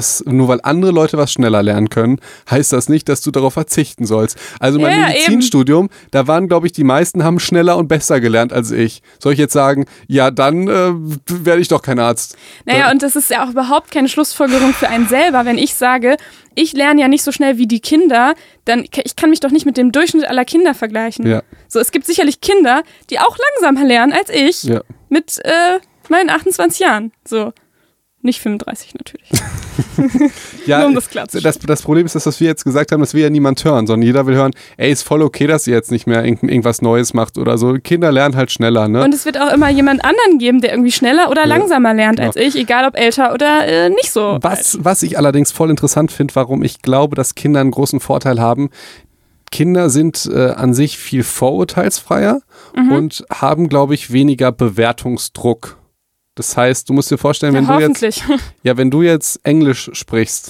andere Leute was schneller lernen können, heißt das nicht, dass du darauf verzichten sollst. Also mein Medizinstudium, da waren, glaube ich, die meisten haben schneller und besser gelernt als ich. Soll ich jetzt sagen, ja, dann werde ich doch kein Arzt. Naja, und das ist ja auch überhaupt keine Schlussfolgerung für einen selber, wenn ich sage, ich lerne ja nicht so schnell wie die Kinder, dann ich kann mich doch nicht mit dem Durchschnitt aller Kinder vergleichen. Ja. So, es gibt sicherlich Kinder, die auch langsamer lernen als ich mit meinen 28 Jahren. So. Nicht 35 natürlich. Ja, nur um das klar zu stellen. Das Problem ist, dass was wir jetzt gesagt haben, das will ja niemand hören, sondern jeder will hören, ist voll okay, dass ihr jetzt nicht mehr irgendwas Neues macht oder so. Kinder lernen halt schneller, ne? Und es wird auch immer jemand anderen geben, der irgendwie schneller oder langsamer lernt als ich, egal ob älter oder nicht so. Was ich allerdings voll interessant finde, warum ich glaube, dass Kinder einen großen Vorteil haben. Kinder sind an sich viel vorurteilsfreier und haben, glaube ich, weniger Bewertungsdruck. Das heißt, du musst dir vorstellen, wenn du jetzt Englisch sprichst,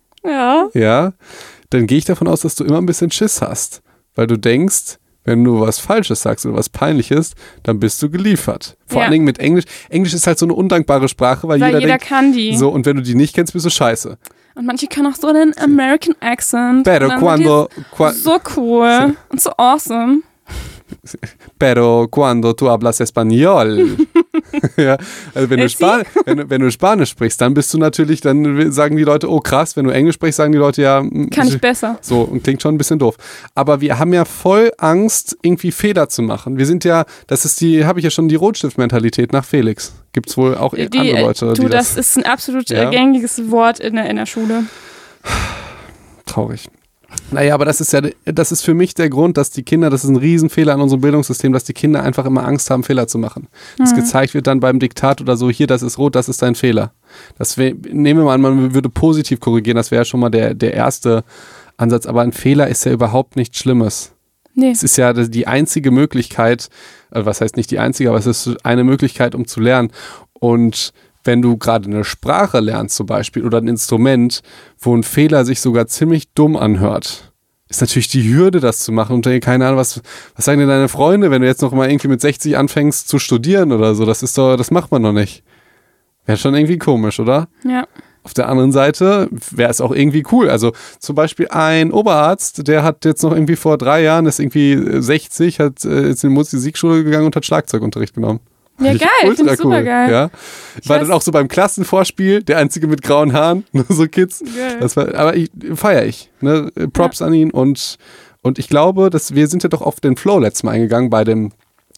dann gehe ich davon aus, dass du immer ein bisschen Schiss hast, weil du denkst, wenn du was Falsches sagst oder was Peinliches, dann bist du geliefert. Vor allen Dingen mit Englisch. Englisch ist halt so eine undankbare Sprache, weil jeder denkt, kann die. So, und wenn du die nicht kennst, bist du scheiße. Und manche können auch so den American Accent. So cool und so awesome. Pero cuando tú hablas español. Ja, also wenn du Spanisch sprichst, dann bist du natürlich, dann sagen die Leute, oh krass, wenn du Englisch sprichst, sagen die Leute ja. Kann ich besser. So, und klingt schon ein bisschen doof. Aber wir haben ja voll Angst, irgendwie Fehler zu machen. Wir sind ja, habe ich ja schon die Rotstift-Mentalität nach Felix. Gibt's wohl auch andere Leute. Das ist ein absolut gängiges Wort in der Schule. Traurig. Naja, aber das ist für mich der Grund, dass die Kinder, das ist ein Riesenfehler an unserem Bildungssystem, dass die Kinder einfach immer Angst haben, Fehler zu machen. Das gezeigt wird dann beim Diktat oder so, hier, das ist rot, das ist dein Fehler. Nehmen wir mal an, man würde positiv korrigieren, das wäre schon mal der erste Ansatz, aber ein Fehler ist ja überhaupt nichts Schlimmes. Nee. Es ist ja die einzige Möglichkeit, was heißt nicht die einzige, aber es ist eine Möglichkeit, um zu lernen. Und wenn du gerade eine Sprache lernst zum Beispiel oder ein Instrument, wo ein Fehler sich sogar ziemlich dumm anhört, ist natürlich die Hürde, das zu machen. Und keine Ahnung, was sagen denn deine Freunde, wenn du jetzt noch mal irgendwie mit 60 anfängst zu studieren oder so? Das macht man noch nicht. Wäre schon irgendwie komisch, oder? Ja. Auf der anderen Seite wäre es auch irgendwie cool. Also zum Beispiel ein Oberarzt, der hat jetzt noch irgendwie vor 3 Jahren, ist irgendwie 60, hat jetzt in die Musikschule gegangen und hat Schlagzeugunterricht genommen. Ja, geil, finde ich super geil. Ja. War dann auch so beim Klassenvorspiel, der Einzige mit grauen Haaren, nur so Kids. Aber feiere ich. Ne? Props an ihn und ich glaube, dass wir sind ja doch auf den Flow letztes Mal eingegangen bei dem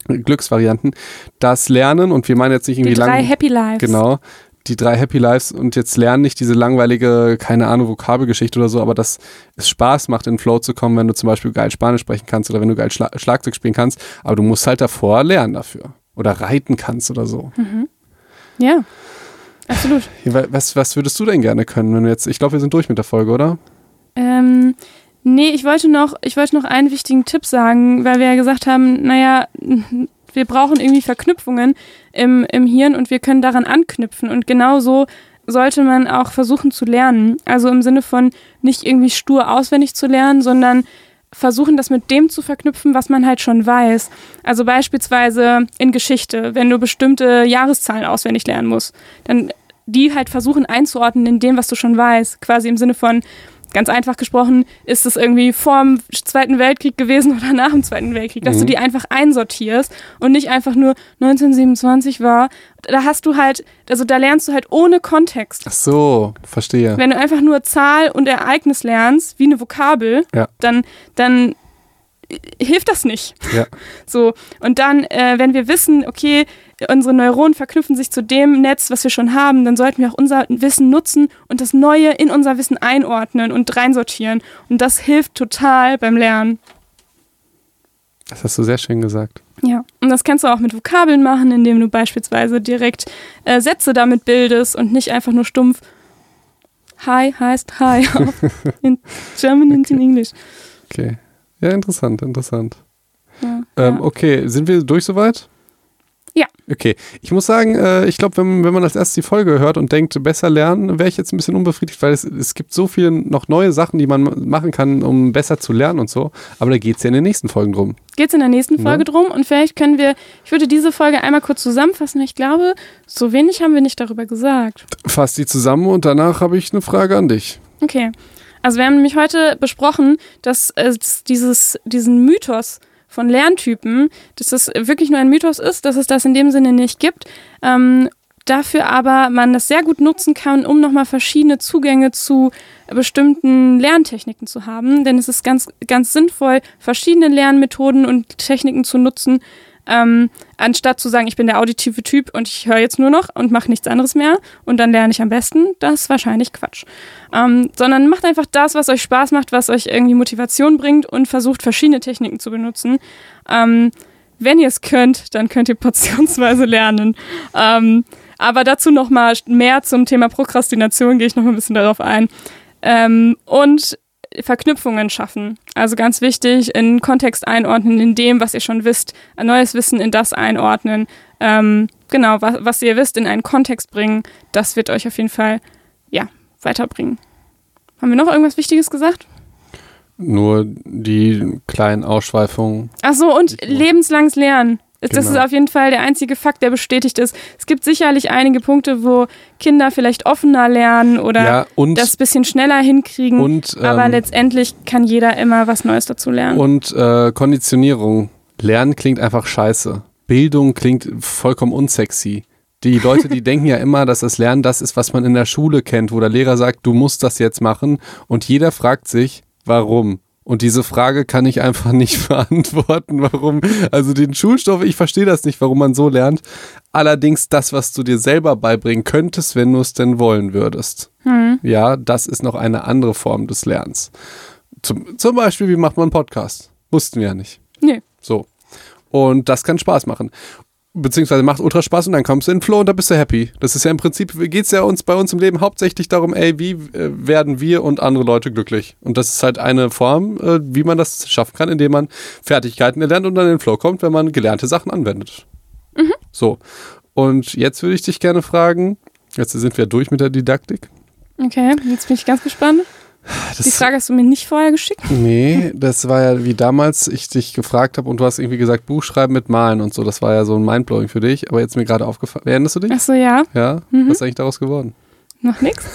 Glücksvarianten, das Lernen, und wir meinen jetzt nicht irgendwie die 3 Happy Lives. Genau, die 3 Happy Lives, und jetzt lernen nicht diese langweilige, keine Ahnung, Vokabelgeschichte oder so, aber dass es Spaß macht, in den Flow zu kommen, wenn du zum Beispiel geil Spanisch sprechen kannst oder wenn du geil Schlagzeug spielen kannst, aber du musst halt davor lernen dafür. Oder reiten kannst oder so. Mhm. Ja, absolut. Was würdest du denn gerne können, wenn du jetzt, ich glaube, wir sind durch mit der Folge, oder? Nee, ich wollte noch einen wichtigen Tipp sagen, weil wir ja gesagt haben, naja, wir brauchen irgendwie Verknüpfungen im Hirn und wir können daran anknüpfen. Und genauso sollte man auch versuchen zu lernen. Also im Sinne von nicht irgendwie stur auswendig zu lernen, sondern versuchen, das mit dem zu verknüpfen, was man halt schon weiß. Also beispielsweise in Geschichte, wenn du bestimmte Jahreszahlen auswendig lernen musst, dann die halt versuchen einzuordnen in dem, was du schon weißt. Quasi im Sinne von, ganz einfach gesprochen, ist es irgendwie vor dem Zweiten Weltkrieg gewesen oder nach dem Zweiten Weltkrieg, dass du die einfach einsortierst und nicht einfach nur 1927 war. Da hast du halt, also da lernst du halt ohne Kontext. Ach so, verstehe. Wenn du einfach nur Zahl und Ereignis lernst, wie eine Vokabel, dann hilft das nicht. Ja. So, und dann, wenn wir wissen, okay, unsere Neuronen verknüpfen sich zu dem Netz, was wir schon haben, dann sollten wir auch unser Wissen nutzen und das Neue in unser Wissen einordnen und reinsortieren. Und das hilft total beim Lernen. Das hast du sehr schön gesagt. Ja, und das kannst du auch mit Vokabeln machen, indem du beispielsweise direkt Sätze damit bildest und nicht einfach nur stumpf Hi heißt Hi in German und in English. Okay. Ja, interessant. Ja, okay, sind wir durch soweit? Ja. Okay, ich muss sagen, ich glaube, wenn man als erstes die Folge hört und denkt, besser lernen, wäre ich jetzt ein bisschen unbefriedigt, weil es gibt so viele noch neue Sachen, die man machen kann, um besser zu lernen und so. Aber da geht es ja in den nächsten Folgen drum. Geht es in der nächsten Folge drum, und vielleicht ich würde diese Folge einmal kurz zusammenfassen. Ich glaube, so wenig haben wir nicht darüber gesagt. Fass die zusammen und danach habe ich eine Frage an dich. Okay, also wir haben nämlich heute besprochen, dass diesen Mythos von Lerntypen, dass das wirklich nur ein Mythos ist, dass es das in dem Sinne nicht gibt. Dafür aber man das sehr gut nutzen kann, um nochmal verschiedene Zugänge zu bestimmten Lerntechniken zu haben. Denn es ist ganz, ganz sinnvoll, verschiedene Lernmethoden und Techniken zu nutzen, anstatt zu sagen, ich bin der auditive Typ und ich höre jetzt nur noch und mache nichts anderes mehr und dann lerne ich am besten. Das ist wahrscheinlich Quatsch. Sondern macht einfach das, was euch Spaß macht, was euch irgendwie Motivation bringt, und versucht, verschiedene Techniken zu benutzen. Wenn ihr es könnt, dann könnt ihr portionsweise lernen. Aber dazu noch mal mehr zum Thema Prokrastination, gehe ich noch ein bisschen darauf ein. Und Verknüpfungen schaffen. Also ganz wichtig, in Kontext einordnen, in dem, was ihr schon wisst, ein neues Wissen in das einordnen. Genau, was ihr wisst, in einen Kontext bringen, das wird euch auf jeden Fall, weiterbringen. Haben wir noch irgendwas Wichtiges gesagt? Nur die kleinen Ausschweifungen. Ach so, und lebenslanges Lernen. Das Genau. ist auf jeden Fall der einzige Fakt, der bestätigt ist. Es gibt sicherlich einige Punkte, wo Kinder vielleicht offener lernen oder das ein bisschen schneller hinkriegen. Aber letztendlich kann jeder immer was Neues dazu lernen. Und Konditionierung. Lernen klingt einfach scheiße. Bildung klingt vollkommen unsexy. Die Leute, die denken ja immer, dass das Lernen das ist, was man in der Schule kennt, wo der Lehrer sagt, du musst das jetzt machen. Und jeder fragt sich, warum? Und diese Frage kann ich einfach nicht beantworten, warum. Also den Schulstoff, ich verstehe das nicht, warum man so lernt. Allerdings das, was du dir selber beibringen könntest, wenn du es denn wollen würdest. Ja, das ist noch eine andere Form des Lernens. Zum Beispiel, wie macht man einen Podcast? Wussten wir ja nicht. Nee. So. Und das kann Spaß machen. Beziehungsweise macht ultra Spaß und dann kommst du in den Flow und da bist du happy. Das ist ja im Prinzip, geht es ja bei uns im Leben hauptsächlich darum, wie werden wir und andere Leute glücklich. Und das ist halt eine Form, wie man das schaffen kann, indem man Fertigkeiten erlernt und dann in den Flow kommt, wenn man gelernte Sachen anwendet. So. Und jetzt würde ich dich gerne fragen, jetzt sind wir durch mit der Didaktik. Okay, jetzt bin ich ganz gespannt. Die Frage hast du mir nicht vorher geschickt? Nee, das war ja wie damals ich dich gefragt habe und du hast irgendwie gesagt, Buch schreiben mit Malen und so. Das war ja so ein Mindblowing für dich, aber jetzt mir gerade aufgefallen. Erinnerst du dich? Ach so, ja. Ja? Was ist eigentlich daraus geworden? Noch nichts.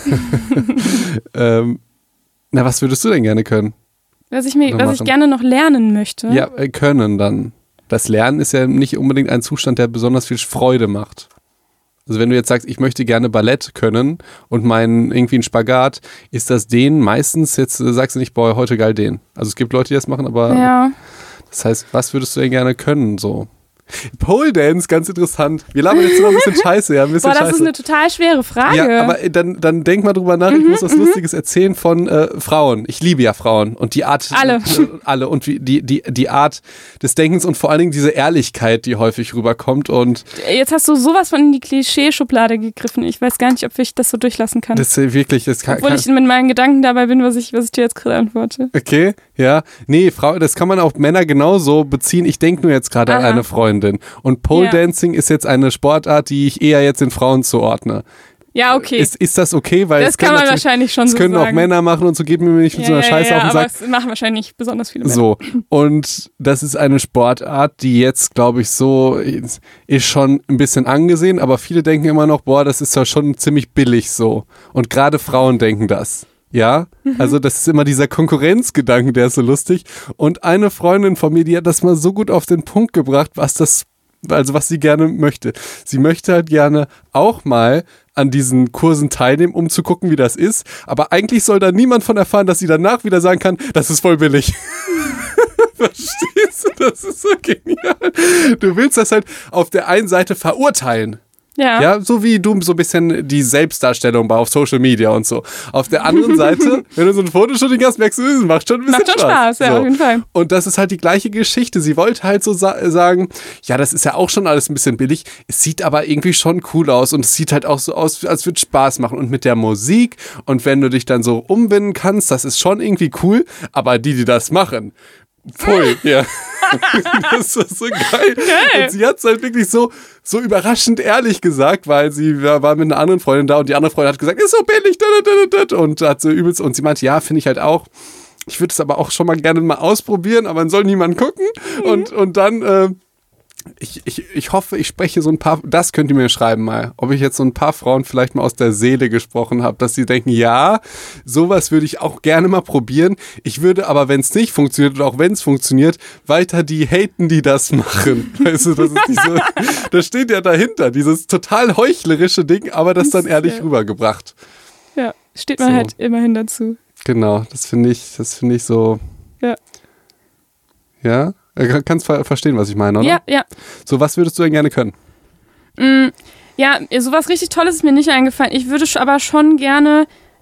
Was würdest du denn gerne können? Was ich gerne noch lernen möchte. Ja, können dann. Das Lernen ist ja nicht unbedingt ein Zustand, der besonders viel Freude macht. Also wenn du jetzt sagst, ich möchte gerne Ballett können und irgendwie ein Spagat, ist das den meistens, jetzt sagst du nicht, boah, heute geil den. Also es gibt Leute, die das machen, aber das heißt, was würdest du denn gerne können so? Pole Dance, ganz interessant. Wir labern jetzt noch ein bisschen Scheiße, ja. Das Scheiße. Ist eine total schwere Frage. Ja, aber dann denk mal drüber nach. Ich muss was Lustiges erzählen von Frauen. Ich liebe ja Frauen und die Art. Alle und die Art des Denkens und vor allen Dingen diese Ehrlichkeit, die häufig rüberkommt. Und jetzt hast du sowas von in die Klischee-Schublade gegriffen. Ich weiß gar nicht, ob ich das so durchlassen kann. Das ist wirklich. Obwohl ich mit meinen Gedanken dabei bin, was ich dir jetzt gerade antworte. Okay, ja. Nee, Frau, das kann man auf Männer genauso beziehen. Ich denke nur jetzt gerade an eine Freundin. Und Pole Dancing ist jetzt eine Sportart, die ich eher jetzt in Frauen zuordne. Ja, okay. Ist das okay? Weil das kann man wahrscheinlich schon so sagen. Das können auch Männer machen und so, geht mir nicht mit so einer Scheiße auf den Sack. Aber es machen wahrscheinlich besonders viele Männer. So, und das ist eine Sportart, die jetzt, glaube ich, so ist schon ein bisschen angesehen, aber viele denken immer noch, boah, das ist ja schon ziemlich billig so. Und gerade Frauen denken das. Ja, also das ist immer dieser Konkurrenzgedanke, der ist so lustig. Und eine Freundin von mir, die hat das mal so gut auf den Punkt gebracht, was sie gerne möchte. Sie möchte halt gerne auch mal an diesen Kursen teilnehmen, um zu gucken, wie das ist. Aber eigentlich soll da niemand von erfahren, dass sie danach wieder sagen kann, das ist voll billig. Verstehst du? Das ist so genial. Du willst das halt auf der einen Seite verurteilen. Ja, so wie du so ein bisschen die Selbstdarstellung auf Social Media und so. Auf der anderen Seite, wenn du so ein Fotoshooting hast, merkst du, es macht schon ein bisschen Spaß. Ja, so. Auf jeden Fall. Und das ist halt die gleiche Geschichte. Sie wollte halt so sagen, ja, das ist ja auch schon alles ein bisschen billig. Es sieht aber irgendwie schon cool aus und es sieht halt auch so aus, als würde es Spaß machen. Und mit der Musik und wenn du dich dann so umbinden kannst, das ist schon irgendwie cool. Aber die das machen, voll, ja. Das ist so geil. Und sie hat es halt wirklich so überraschend ehrlich gesagt, weil sie war mit einer anderen Freundin da und die andere Freundin hat gesagt, ist so billig, und hat so übelst, und sie meinte, ja, finde ich halt auch. Ich würde es aber auch schon mal gerne mal ausprobieren, aber dann soll niemand gucken. Und dann, ich hoffe, ich spreche so ein paar, das könnt ihr mir schreiben mal, ob ich jetzt so ein paar Frauen vielleicht mal aus der Seele gesprochen habe, dass sie denken, ja, sowas würde ich auch gerne mal probieren. Ich würde aber, wenn es nicht funktioniert oder auch wenn es funktioniert, weiter die haten, die das machen. Weißt du, das ist das steht ja dahinter, dieses total heuchlerische Ding, aber das dann ehrlich rübergebracht. Ja, steht man halt immerhin dazu. Genau, das finde ich so. Ja. Ja? Kannst verstehen, was ich meine, oder? Ja. So, was würdest du denn gerne können? Ja, sowas richtig Tolles ist mir nicht eingefallen. Ich würde aber schon gerne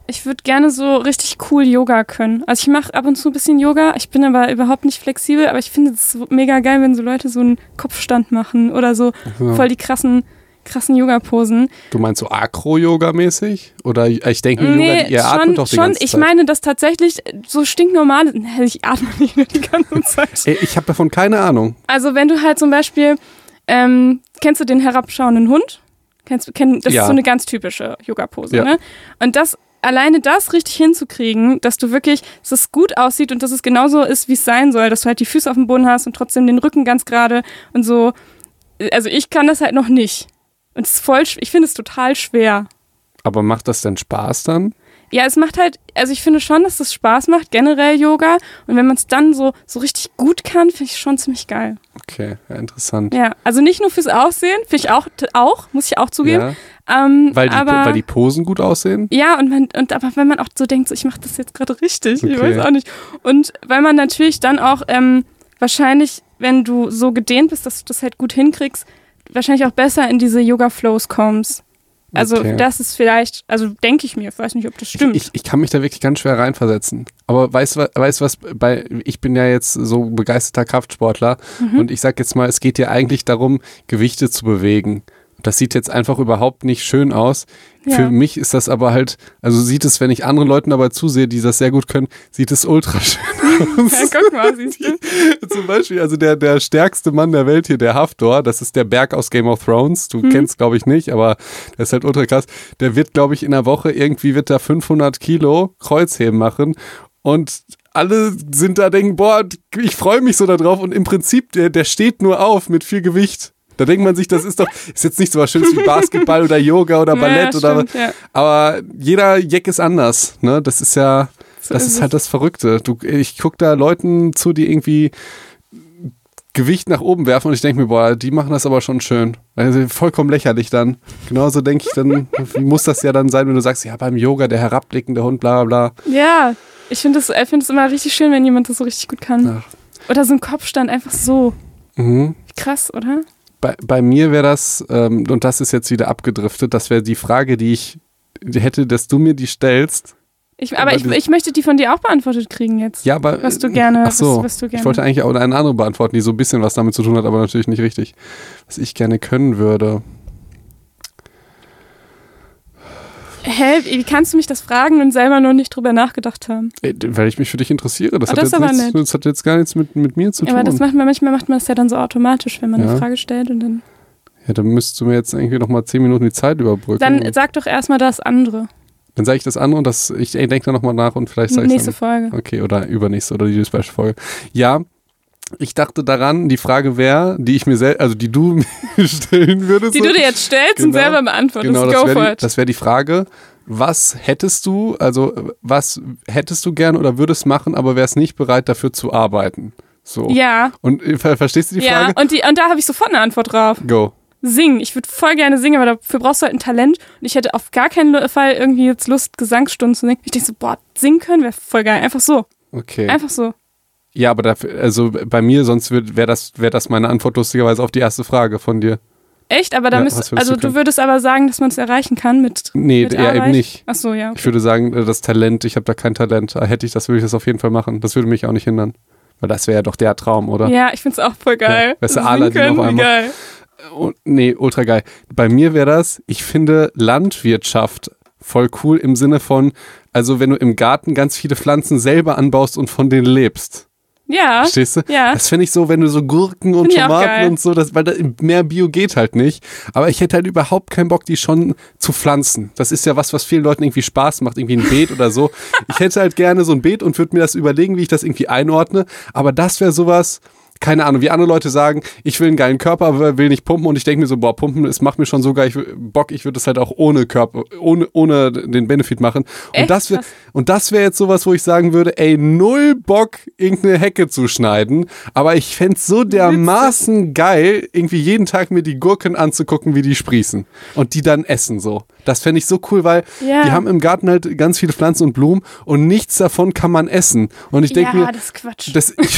so richtig cool Yoga können. Also ich mache ab und zu ein bisschen Yoga. Ich bin aber überhaupt nicht flexibel, aber ich finde es mega geil, wenn so Leute so einen Kopfstand machen oder so voll die krassen Yoga-Posen. Du meinst so Acro-Yoga-mäßig? Oder ich denke, Yoga, ihr atmet doch die ganze Zeit. Ich meine das tatsächlich so stinknormal. Ich atme nicht nur die ganze Zeit. Ich habe davon keine Ahnung. Also wenn du halt zum Beispiel, kennst du den herabschauenden Hund? Das ist so eine ganz typische Yoga-Pose. Ja. Ne? Und alleine das richtig hinzukriegen, dass du wirklich, dass es gut aussieht und dass es genauso ist, wie es sein soll, dass du halt die Füße auf dem Boden hast und trotzdem den Rücken ganz gerade und so. Also ich kann das halt noch nicht. Und ich finde es total schwer. Aber macht das denn Spaß dann? Ja, es macht halt, also ich finde schon, dass das Spaß macht, generell Yoga. Und wenn man es dann so richtig gut kann, finde ich schon ziemlich geil. Okay, ja, interessant. Ja, also nicht nur fürs Aussehen, finde ich auch, muss ich auch zugeben. Ja. Weil die Posen gut aussehen? Ja, aber wenn man auch so denkt, so, ich mache das jetzt gerade richtig, okay. Ich weiß auch nicht. Und weil man natürlich dann auch wahrscheinlich, wenn du so gedehnt bist, dass du das halt gut hinkriegst, wahrscheinlich auch besser in diese Yoga-Flows kommst. Also das ist vielleicht, also denke ich mir, ich weiß nicht, ob das stimmt. Ich kann mich da wirklich ganz schwer reinversetzen. Aber weißt du was, ich bin ja jetzt so begeisterter Kraftsportler und ich sag jetzt mal, es geht ja eigentlich darum, Gewichte zu bewegen. Das sieht jetzt einfach überhaupt nicht schön aus. Ja. Für mich ist das aber halt, also sieht es, wenn ich anderen Leuten dabei zusehe, die das sehr gut können, sieht es ultra schön aus. Ja, guck mal, siehst du. Zum Beispiel, also der stärkste Mann der Welt hier, der Hafthor, das ist der Berg aus Game of Thrones. Du kennst, glaube ich, nicht, aber der ist halt ultra krass. Der wird, glaube ich, in der Woche wird er 500 Kilo Kreuzheben machen und alle sind da, denken, boah, ich freue mich so da drauf und im Prinzip, der steht nur auf mit viel Gewicht. Da denkt man sich, das ist jetzt nicht so was Schönes wie Basketball oder Yoga oder Ballett aber jeder Jack ist anders, ne? Das ist ja, das ist halt das Verrückte. Ich gucke da Leuten zu, die irgendwie Gewicht nach oben werfen und ich denke mir, boah, die machen das aber schon schön. Also vollkommen lächerlich dann. Genauso denke ich, dann muss das ja dann sein, wenn du sagst, ja, beim Yoga, der herabblickende Hund, bla bla bla. Ja, ich finde es immer richtig schön, wenn jemand das so richtig gut kann. Ach. Oder so ein Kopfstand einfach so. Krass, oder? Bei mir wäre das, und das ist jetzt wieder abgedriftet, das wäre die Frage, die ich hätte, dass du mir die stellst. Ich möchte die von dir auch beantwortet kriegen jetzt. Ja, aber. Was du gerne. Ach so, was du gerne. Ich wollte eigentlich auch eine andere beantworten, die so ein bisschen was damit zu tun hat, aber natürlich nicht richtig. Was ich gerne können würde. Hä, wie kannst du mich das fragen und selber noch nicht drüber nachgedacht haben? Weil ich mich für dich interessiere. Das hat jetzt gar nichts mit mir zu tun. Aber manchmal macht man das ja dann so automatisch, wenn man eine Frage stellt und dann. Ja, dann müsstest du mir jetzt irgendwie noch mal 10 Minuten die Zeit überbrücken. Dann sag doch erstmal das andere. Dann sage ich das andere und ich denke da nochmal nach und vielleicht sage ich nächste Folge. Okay, oder übernächste oder die Special-Folge. Ja, ich dachte daran, die Frage wäre, die du mir stellen würdest. Die du dir jetzt stellst und selber beantwortest. Genau, Go for it. Das wäre die Frage, was hättest du gern oder würdest machen, aber wärst nicht bereit dafür zu arbeiten? So. Ja. Und verstehst du die Frage? Ja, und da habe ich sofort eine Antwort drauf. Go. Singen. Ich würde voll gerne singen, aber dafür brauchst du halt ein Talent. Und ich hätte auf gar keinen Fall irgendwie jetzt Lust, Gesangsstunden zu singen. Ich denke so, singen können wäre voll geil. Einfach so. Okay. Einfach so. Ja, aber bei mir, sonst wäre das meine Antwort lustigerweise auf die erste Frage von dir. Echt? Aber da du würdest aber sagen, dass man es erreichen kann mit eben nicht. Ach so, ja. Okay. Ich würde sagen, das Talent, ich habe da kein Talent. Hätte ich das, würde ich das auf jeden Fall machen. Das würde mich auch nicht hindern. Weil das wäre ja doch der Traum, oder? Ja, ich finde es auch voll geil. Ja, weißt du, Aladdin auf einmal. Geil. Ultra geil. Bei mir wäre das, ich finde Landwirtschaft voll cool im Sinne von, also wenn du im Garten ganz viele Pflanzen selber anbaust und von denen lebst. Ja. Verstehst du? Ja. Das finde ich so, wenn du so Gurken und Tomaten und so, weil mehr Bio geht halt nicht. Aber ich hätte halt überhaupt keinen Bock, die schon zu pflanzen. Das ist ja was vielen Leuten irgendwie Spaß macht, irgendwie ein Beet oder so. Ich hätte halt gerne so ein Beet und würde mir das überlegen, wie ich das irgendwie einordne. Aber das wäre sowas, keine Ahnung, wie andere Leute sagen, ich will einen geilen Körper, aber will nicht pumpen und ich denke mir so, pumpen, es macht mir schon so geil Bock, ich würde das halt auch ohne Körper, ohne den Benefit machen. Echt? Und das wäre jetzt sowas, wo ich sagen würde, null Bock, irgendeine Hecke zu schneiden, aber ich fände es so dermaßen geil, irgendwie jeden Tag mir die Gurken anzugucken, wie die sprießen und die dann essen so. Das fände ich so cool, weil die haben im Garten halt ganz viele Pflanzen und Blumen und nichts davon kann man essen. Und ich denke mir, das ist Quatsch.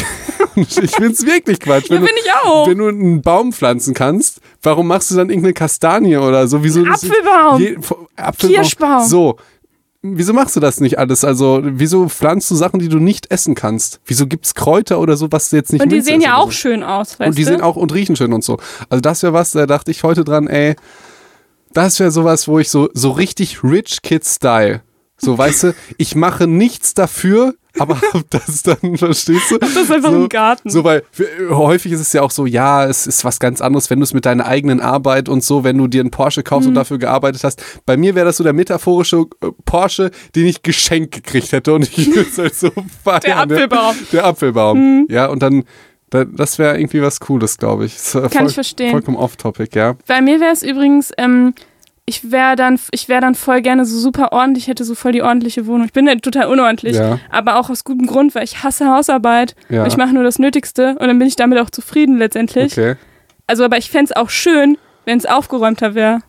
Ich finde es wirklich Quatsch. Ja, finde ich auch. Wenn du einen Baum pflanzen kannst, warum machst du dann irgendeine Kastanie oder so? Wieso Apfelbaum. Kirschbaum. So. Wieso machst du das nicht alles? Also, wieso pflanzt du Sachen, die du nicht essen kannst? Wieso gibt's Kräuter oder so, was du jetzt nicht Und die sehen ja auch schön aus, weißt du? Und die sehen auch und riechen schön und so. Also, das wäre was, da dachte ich heute dran, das wäre sowas, wo ich so richtig Rich Kid Style, so, weißt du, ich mache nichts dafür, aber hab das dann, verstehst du? Das ist einfach im Garten. So, weil häufig ist es ja auch so, ja, es ist was ganz anderes, wenn du es mit deiner eigenen Arbeit und so, wenn du dir einen Porsche kaufst und dafür gearbeitet hast. Bei mir wäre das so der metaphorische Porsche, den ich geschenkt gekriegt hätte und ich würde es halt so feiern. Der Apfelbaum. Ja, und dann das wäre irgendwie was Cooles, glaube ich. Kann ich verstehen. Vollkommen off-topic, ja. Bei mir wäre es übrigens, ich wäre dann voll gerne so super ordentlich, hätte so voll die ordentliche Wohnung. Ich bin ja total unordentlich, aber auch aus gutem Grund, weil ich hasse Hausarbeit. Ja. Ich mache nur das Nötigste und dann bin ich damit auch zufrieden letztendlich. Okay. Also, aber ich fände es auch schön, wenn es aufgeräumter wäre.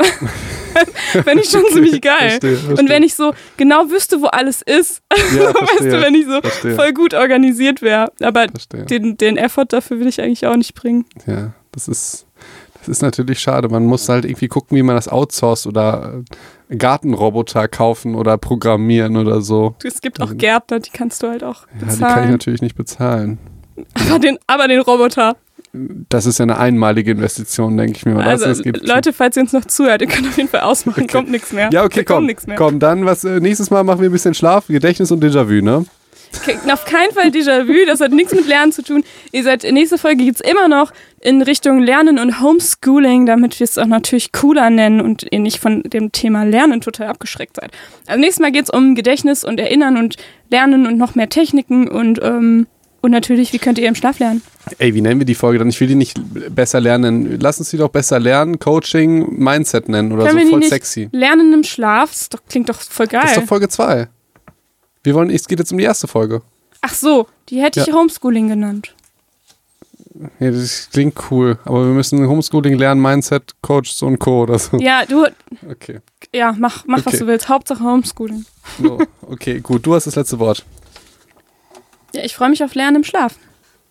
Fände ich schon ziemlich geil. Verstehe. Und wenn ich so genau wüsste, wo alles ist, weißt du, wenn ich so voll gut organisiert wäre. Aber den Effort dafür will ich eigentlich auch nicht bringen. Ja, das ist natürlich schade. Man muss halt irgendwie gucken, wie man das outsourced oder Gartenroboter kaufen oder programmieren oder so. Es gibt auch Gärtner, die kannst du halt auch bezahlen. Ja, die kann ich natürlich nicht bezahlen. Aber den Roboter. Das ist ja eine einmalige Investition, denke ich mir mal. Also, Leute, falls ihr uns noch zuhört, ihr könnt auf jeden Fall ausmachen, kommt nichts mehr. Ja, okay, komm, dann nächstes Mal machen wir ein bisschen Schlaf, Gedächtnis und Déjà-vu, ne? Okay, auf keinen Fall Déjà-vu, das hat nichts mit Lernen zu tun. Nächste Folge geht es immer noch in Richtung Lernen und Homeschooling, damit wir es auch natürlich cooler nennen und ihr nicht von dem Thema Lernen total abgeschreckt seid. Also nächstes Mal geht es um Gedächtnis und Erinnern und Lernen und noch mehr Techniken und natürlich, wie könnt ihr im Schlaf lernen? Wie nennen wir die Folge dann? Ich will die nicht besser lernen. Lass uns die doch besser lernen, Coaching, Mindset nennen oder können so, voll nicht sexy. Lernen im Schlaf, klingt doch voll geil. Das ist doch Folge 2. Es geht jetzt um die erste Folge. Ach so, die hätte ich Homeschooling genannt. Ja, das klingt cool, aber wir müssen Homeschooling lernen, Mindset, Coach und Co. oder so. Ja, Okay. Ja, mach was du willst. Hauptsache Homeschooling. So, okay, gut. Du hast das letzte Wort. Ja, ich freue mich auf Lernen im Schlaf.